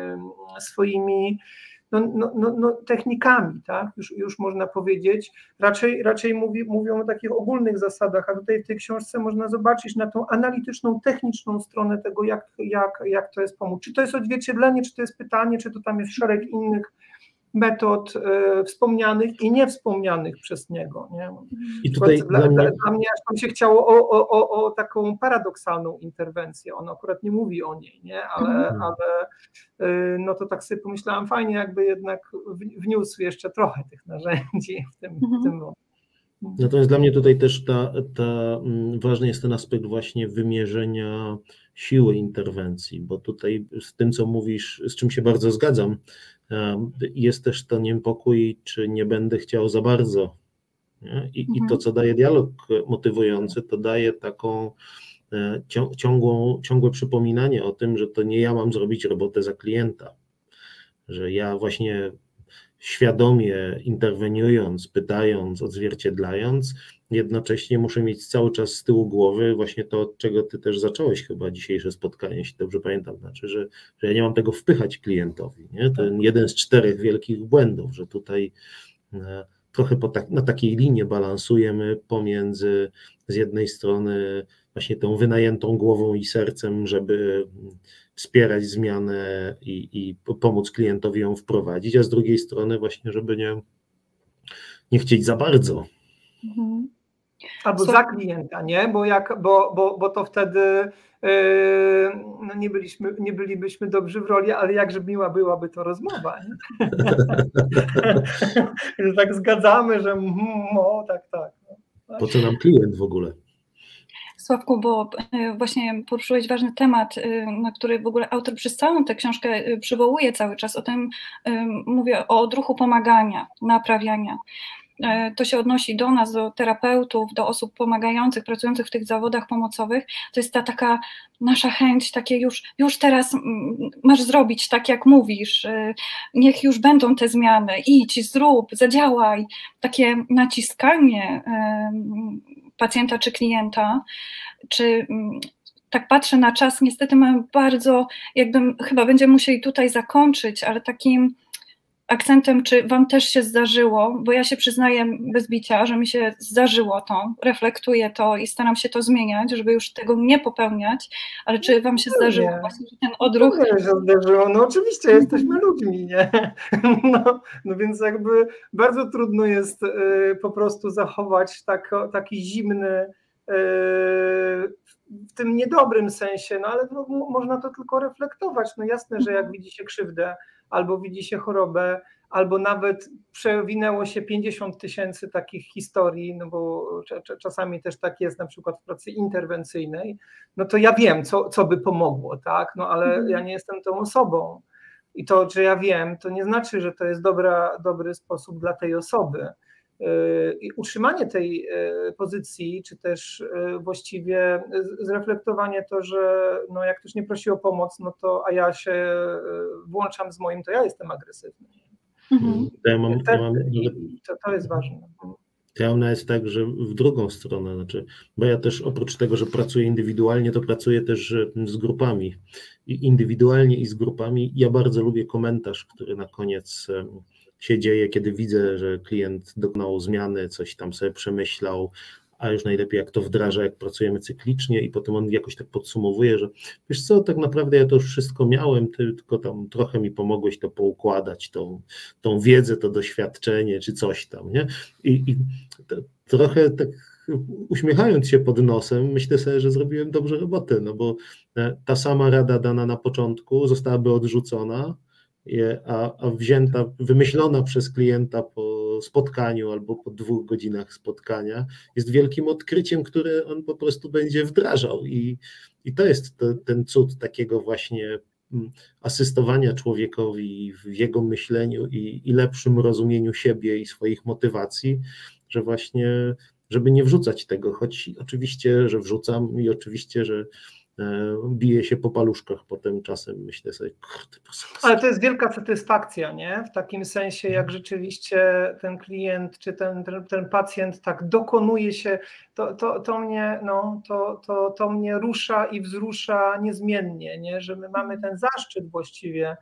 swoimi No, no, no, no, technikami, tak? już, już można powiedzieć, raczej, raczej mówi, mówią o takich ogólnych zasadach, a tutaj w tej książce można zobaczyć na tą analityczną, techniczną stronę tego, jak, jak, jak to jest pomóc. Czy to jest odzwierciedlenie, czy to jest pytanie, czy to tam jest szereg innych metod e, wspomnianych i niewspomnianych przez niego. Nie? I tutaj dla, dla mnie... dla mnie aż tam się chciało o, o, o, o taką paradoksalną interwencję. On akurat nie mówi o niej, nie? Ale, mhm. ale e, no to tak sobie pomyślałam, fajnie jakby jednak wniósł jeszcze trochę tych narzędzi w tym, mhm. w tym momencie. Natomiast dla mnie tutaj też ta, ta, ważny jest ten aspekt właśnie wymierzenia siły interwencji, bo tutaj z tym, co mówisz, z czym się bardzo zgadzam, jest też to niepokój, czy nie będę chciał za bardzo. Nie? I, mhm. I to, co daje dialog motywujący, to daje taką ciągłą, ciągłe przypominanie o tym, że to nie ja mam zrobić robotę za klienta, że ja właśnie świadomie interweniując, pytając, odzwierciedlając, jednocześnie muszę mieć cały czas z tyłu głowy właśnie to, od czego ty też zacząłeś chyba dzisiejsze spotkanie, jeśli dobrze pamiętam, znaczy, że, że ja nie mam tego wpychać klientowi, nie? To jeden z czterech wielkich błędów, że tutaj e, trochę po tak, na takiej linii balansujemy pomiędzy z jednej strony właśnie tą wynajętą głową i sercem, żeby wspierać zmianę i, i pomóc klientowi ją wprowadzić, a z drugiej strony właśnie, żeby nie, nie chcieć za bardzo. Mhm. Albo za klienta, nie? Bo, jak, bo, bo, bo to wtedy yy, no nie, byliśmy, nie bylibyśmy dobrzy w roli, ale jakże miła byłaby to rozmowa. Nie? Że tak zgadzamy, że mm, o, tak, tak. No. Po co nam klient w ogóle? Sławku, bo właśnie poruszyłeś ważny temat, na który w ogóle autor przez całą tę książkę przywołuje cały czas. O tym mówię, o odruchu pomagania, naprawiania. To się odnosi do nas, do terapeutów, do osób pomagających, pracujących w tych zawodach pomocowych. To jest ta taka nasza chęć, takie już, już teraz masz zrobić tak, jak mówisz, niech już będą te zmiany, idź, zrób, zadziałaj. Takie naciskanie pacjenta czy klienta, czy tak patrzę na czas, niestety mamy bardzo, jakbym, chyba będziemy musieli tutaj zakończyć, ale takim akcentem, czy wam też się zdarzyło, bo ja się przyznaję bez bicia, że mi się zdarzyło to, reflektuję to i staram się to zmieniać, żeby już tego nie popełniać, ale czy wam się zdarzyło nie. właśnie ten odruch? Nie się zdarzyło, no oczywiście jesteśmy ludźmi, nie? No, no więc jakby bardzo trudno jest y, po prostu zachować tak, taki zimny y, w tym niedobrym sensie, no ale no, można to tylko reflektować, no jasne, że jak widzi się krzywdę, albo widzi się chorobę, albo nawet przewinęło się pięćdziesiąt tysięcy takich historii, no bo czasami też tak jest na przykład w pracy interwencyjnej, no to ja wiem, co, co by pomogło, tak, no ale mhm. ja nie jestem tą osobą i to, że ja wiem, to nie znaczy, że to jest dobra, dobry sposób dla tej osoby. I utrzymanie tej pozycji, czy też właściwie zreflektowanie to, że no jak ktoś nie prosi o pomoc, no to a ja się włączam z moim, to ja jestem agresywny. Mhm. Ja mam, ja mam, to, to jest ważne. Ja mam nawet tak, że w drugą stronę, znaczy, bo ja też oprócz tego, że pracuję indywidualnie, to pracuję też z grupami. I indywidualnie i z grupami ja bardzo lubię komentarz, który na koniec się dzieje, kiedy widzę, że klient dokonał zmiany, coś tam sobie przemyślał, a już najlepiej jak to wdraża, jak pracujemy cyklicznie i potem on jakoś tak podsumowuje, że wiesz co, tak naprawdę ja to już wszystko miałem, ty tylko tam trochę mi pomogłeś to poukładać, tą, tą wiedzę, to doświadczenie, czy coś tam, nie? I, i to, trochę tak uśmiechając się pod nosem, myślę sobie, że zrobiłem dobrze robotę, no bo ta sama rada dana na początku zostałaby odrzucona, A, a wzięta, wymyślona przez klienta po spotkaniu albo po dwóch godzinach spotkania jest wielkim odkryciem, które on po prostu będzie wdrażał i, i to jest to, ten cud takiego właśnie asystowania człowiekowi w jego myśleniu i, i lepszym rozumieniu siebie i swoich motywacji, że właśnie, żeby nie wrzucać tego, choć oczywiście, że wrzucam i oczywiście, że bije się po paluszkach potem czasem, myślę sobie, kurde, ale to jest wielka satysfakcja, nie? W takim sensie, jak rzeczywiście ten klient czy ten, ten, ten pacjent tak dokonuje się, to, to, to, mnie, no, to, to, to mnie rusza i wzrusza niezmiennie, nie? Że my mamy ten zaszczyt właściwie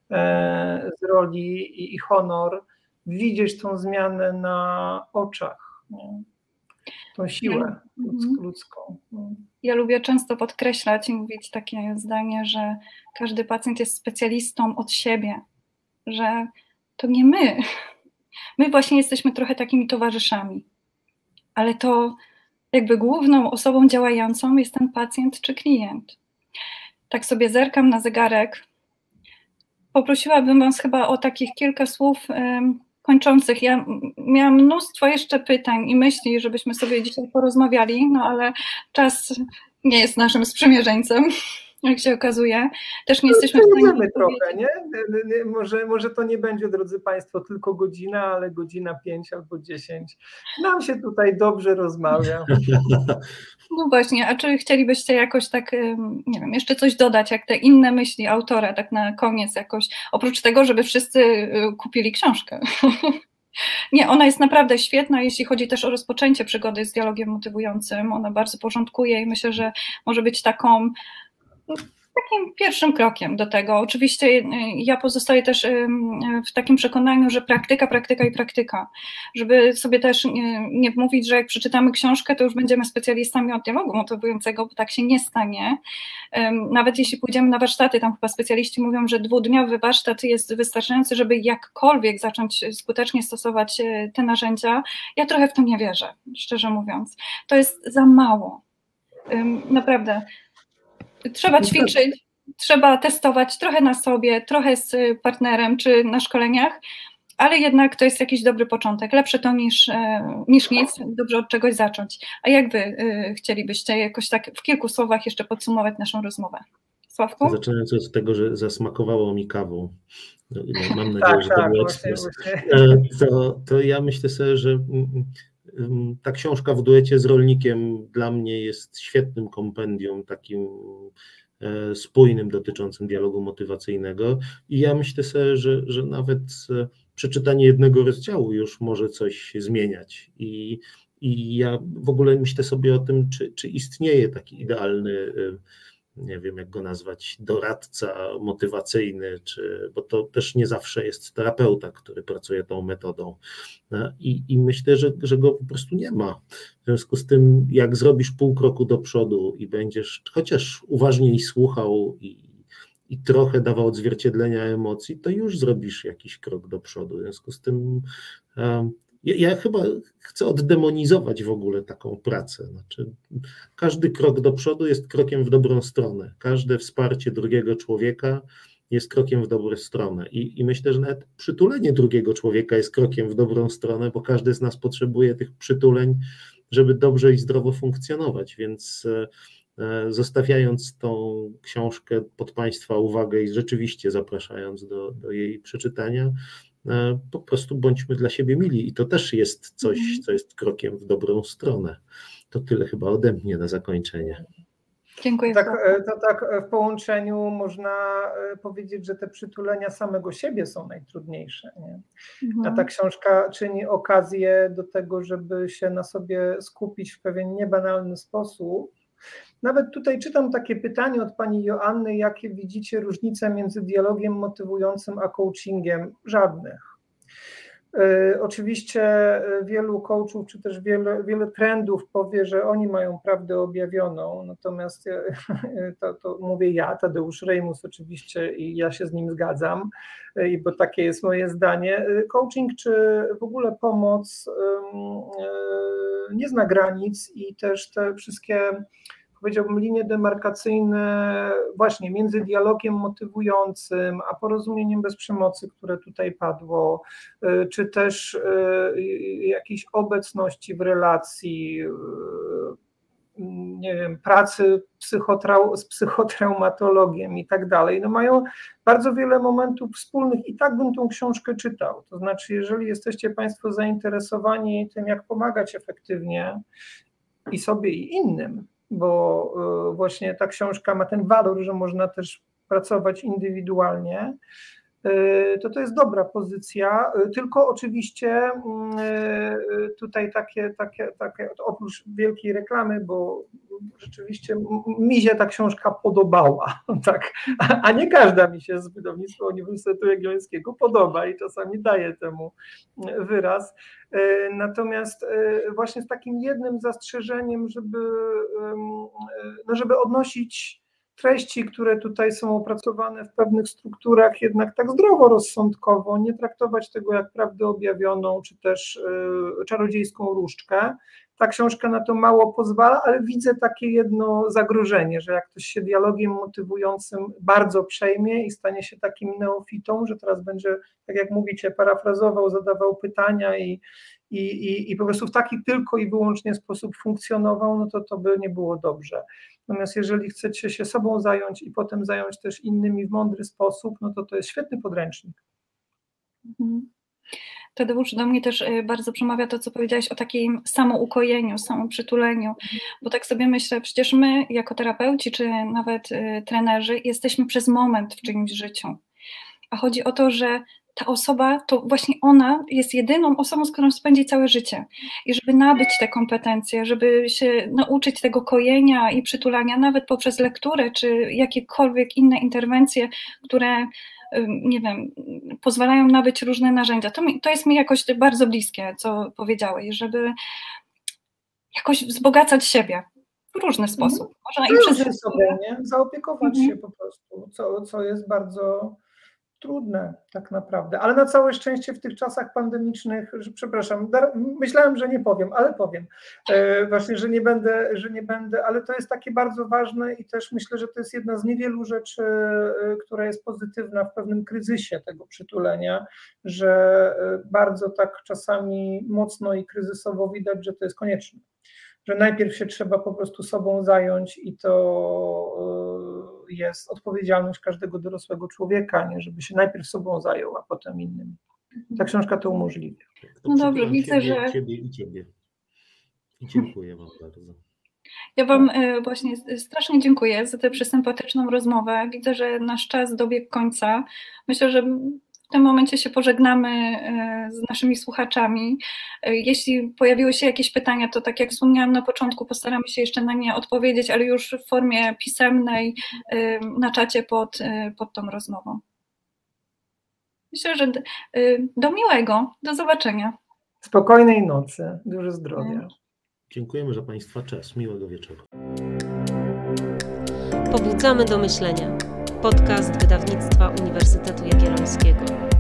e, z roli i, i honor widzieć tą zmianę na oczach, nie? Tą siłę ludzką. Ja lubię często podkreślać i mówić takie zdanie, że każdy pacjent jest specjalistą od siebie, że to nie my. My właśnie jesteśmy trochę takimi towarzyszami, ale to jakby główną osobą działającą jest ten pacjent czy klient. Tak sobie zerkam na zegarek. Poprosiłabym Was chyba o takich kilka słów um, kończących. Ja miałam mnóstwo jeszcze pytań i myśli, żebyśmy sobie dzisiaj porozmawiali, no ale czas nie jest naszym sprzymierzeńcem, jak się okazuje. Też nie jesteśmy w stanie... trochę, nie? Może, może to nie będzie, drodzy Państwo, tylko godzina, ale godzina pięć albo dziesięć. Nam się tutaj dobrze rozmawia. No właśnie, a czy chcielibyście jakoś tak, nie wiem, jeszcze coś dodać, jak te inne myśli autora, tak na koniec jakoś, oprócz tego, żeby wszyscy kupili książkę? Nie, ona jest naprawdę świetna, jeśli chodzi też o rozpoczęcie przygody z dialogiem motywującym. Ona bardzo porządkuje i myślę, że może być taką... takim pierwszym krokiem do tego. Oczywiście ja pozostaję też w takim przekonaniu, że praktyka, praktyka i praktyka. Żeby sobie też nie, nie mówić, że jak przeczytamy książkę, to już będziemy specjalistami od dialogu motywującego, bo tak się nie stanie. Nawet jeśli pójdziemy na warsztaty, tam chyba specjaliści mówią, że dwudniowy warsztat jest wystarczający, żeby jakkolwiek zacząć skutecznie stosować te narzędzia. Ja trochę w to nie wierzę, szczerze mówiąc. To jest za mało. Naprawdę. Trzeba ćwiczyć, trzeba testować trochę na sobie, trochę z partnerem czy na szkoleniach, ale jednak to jest jakiś dobry początek. Lepsze to niż, niż nic, dobrze od czegoś zacząć. A jak wy chcielibyście jakoś tak w kilku słowach jeszcze podsumować naszą rozmowę? Sławku? Zaczynając od tego, że zasmakowało mi kawą. Mam nadzieję, tak, że to tak, był właśnie, ekspres. właśnie. To, to ja myślę sobie, że ta książka w duecie z rolnikiem dla mnie jest świetnym kompendium, takim spójnym, dotyczącym dialogu motywacyjnego i ja myślę sobie, że, że nawet przeczytanie jednego rozdziału już może coś zmieniać i, i ja w ogóle myślę sobie o tym, czy, czy istnieje taki idealny, nie wiem jak go nazwać, doradca motywacyjny, czy, bo to też nie zawsze jest terapeuta, który pracuje tą metodą. I, i myślę, że, że go po prostu nie ma. W związku z tym, jak zrobisz pół kroku do przodu i będziesz chociaż uważniej słuchał i, i trochę dawał odzwierciedlenia emocji, to już zrobisz jakiś krok do przodu. W związku z tym um, Ja, ja chyba chcę oddemonizować w ogóle taką pracę. Znaczy, każdy krok do przodu jest krokiem w dobrą stronę. Każde wsparcie drugiego człowieka jest krokiem w dobrą stronę. I, i myślę, że nawet przytulenie drugiego człowieka jest krokiem w dobrą stronę, bo każdy z nas potrzebuje tych przytuleń, żeby dobrze i zdrowo funkcjonować. Więc e, zostawiając tą książkę pod Państwa uwagę i rzeczywiście zapraszając do, do jej przeczytania, po prostu bądźmy dla siebie mili i to też jest coś, co jest krokiem w dobrą stronę. To tyle chyba ode mnie na zakończenie. Dziękuję. Tak, to tak w połączeniu można powiedzieć, że te przytulenia samego siebie są najtrudniejsze. Nie? A ta książka czyni okazję do tego, żeby się na sobie skupić w pewien niebanalny sposób. Nawet tutaj czytam takie pytanie od pani Joanny, jakie widzicie różnice między dialogiem motywującym a coachingiem? Żadnych. Yy, oczywiście wielu coachów, czy też wiele, wiele trendów powie, że oni mają prawdę objawioną, natomiast ja, to, to mówię ja, Tadeusz Rejmus oczywiście i ja się z nim zgadzam, yy, bo takie jest moje zdanie. Coaching czy w ogóle pomoc yy, nie zna granic i też te wszystkie, powiedziałbym, linie demarkacyjne właśnie między dialogiem motywującym, a porozumieniem bez przemocy, które tutaj padło, czy też jakiejś obecności w relacji, nie wiem, pracy psychotrau- z psychotraumatologiem i tak dalej, no mają bardzo wiele momentów wspólnych i tak bym tą książkę czytał. To znaczy, jeżeli jesteście Państwo zainteresowani tym, jak pomagać efektywnie i sobie, i innym, bo właśnie ta książka ma ten walor, że można też pracować indywidualnie, to to jest dobra pozycja, tylko oczywiście tutaj takie, takie, takie oprócz wielkiej reklamy, bo rzeczywiście mi się ta książka podobała, tak, a nie każda mi się z wydawnictwa Uniwersytetu Jagiellońskiego podoba i czasami daje temu wyraz. Natomiast właśnie z takim jednym zastrzeżeniem, żeby, no żeby odnosić treści, które tutaj są opracowane w pewnych strukturach jednak tak zdroworozsądkowo, nie traktować tego jak prawdę objawioną, czy też y, czarodziejską różdżkę. Ta książka na to mało pozwala, ale widzę takie jedno zagrożenie, że jak ktoś się dialogiem motywującym bardzo przejmie i stanie się takim neofitą, że teraz będzie, tak jak mówicie, parafrazował, zadawał pytania i, i, i, i po prostu w taki tylko i wyłącznie sposób funkcjonował, no to to by nie było dobrze. Natomiast jeżeli chcecie się sobą zająć i potem zająć też innymi w mądry sposób, no to to jest świetny podręcznik. Tadeusz, do mnie też bardzo przemawia to, co powiedziałeś o takim samoukojeniu, samoprzytuleniu, bo tak sobie myślę, przecież my jako terapeuci, czy nawet trenerzy jesteśmy przez moment w czyimś życiu, a chodzi o to, że ta osoba, to właśnie ona jest jedyną osobą, z którą spędzi całe życie. I żeby nabyć te kompetencje, żeby się nauczyć tego kojenia i przytulania, nawet poprzez lekturę, czy jakiekolwiek inne interwencje, które, nie wiem, pozwalają nabyć różne narzędzia. To, mi, to jest mi jakoś bardzo bliskie, co powiedziałeś, żeby jakoś wzbogacać siebie w różny sposób. Można i przez się sobie, nie? Zaopiekować mhm. się po prostu, co, co jest bardzo trudne tak naprawdę, ale na całe szczęście w tych czasach pandemicznych, że, przepraszam, myślałem, że nie powiem, ale powiem, e, właśnie, że nie będę, że nie będę, ale to jest takie bardzo ważne i też myślę, że to jest jedna z niewielu rzeczy, e, która jest pozytywna w pewnym kryzysie tego przytulenia, że e, bardzo tak czasami mocno i kryzysowo widać, że to jest konieczne, że najpierw się trzeba po prostu sobą zająć i to jest odpowiedzialność każdego dorosłego człowieka, nie, żeby się najpierw sobą zajął, a potem innym. Ta książka to umożliwia. No dobrze, widzę, ciebie, że... Ciebie i Ciebie. I dziękuję Wam bardzo. Ja Wam właśnie strasznie dziękuję za tę przesympatyczną rozmowę. Widzę, że nasz czas dobiegł końca. Myślę, że w tym momencie się pożegnamy z naszymi słuchaczami. Jeśli pojawiły się jakieś pytania, to tak jak wspomniałam na początku, postaramy się jeszcze na nie odpowiedzieć, ale już w formie pisemnej na czacie pod, pod tą rozmową. Myślę, że do miłego, do zobaczenia. Spokojnej nocy, dużo zdrowia. Dziękujemy za Państwa czas. Miłego wieczoru. Pobudzamy do myślenia. Podcast Wydawnictwa Uniwersytetu Jagiellońskiego.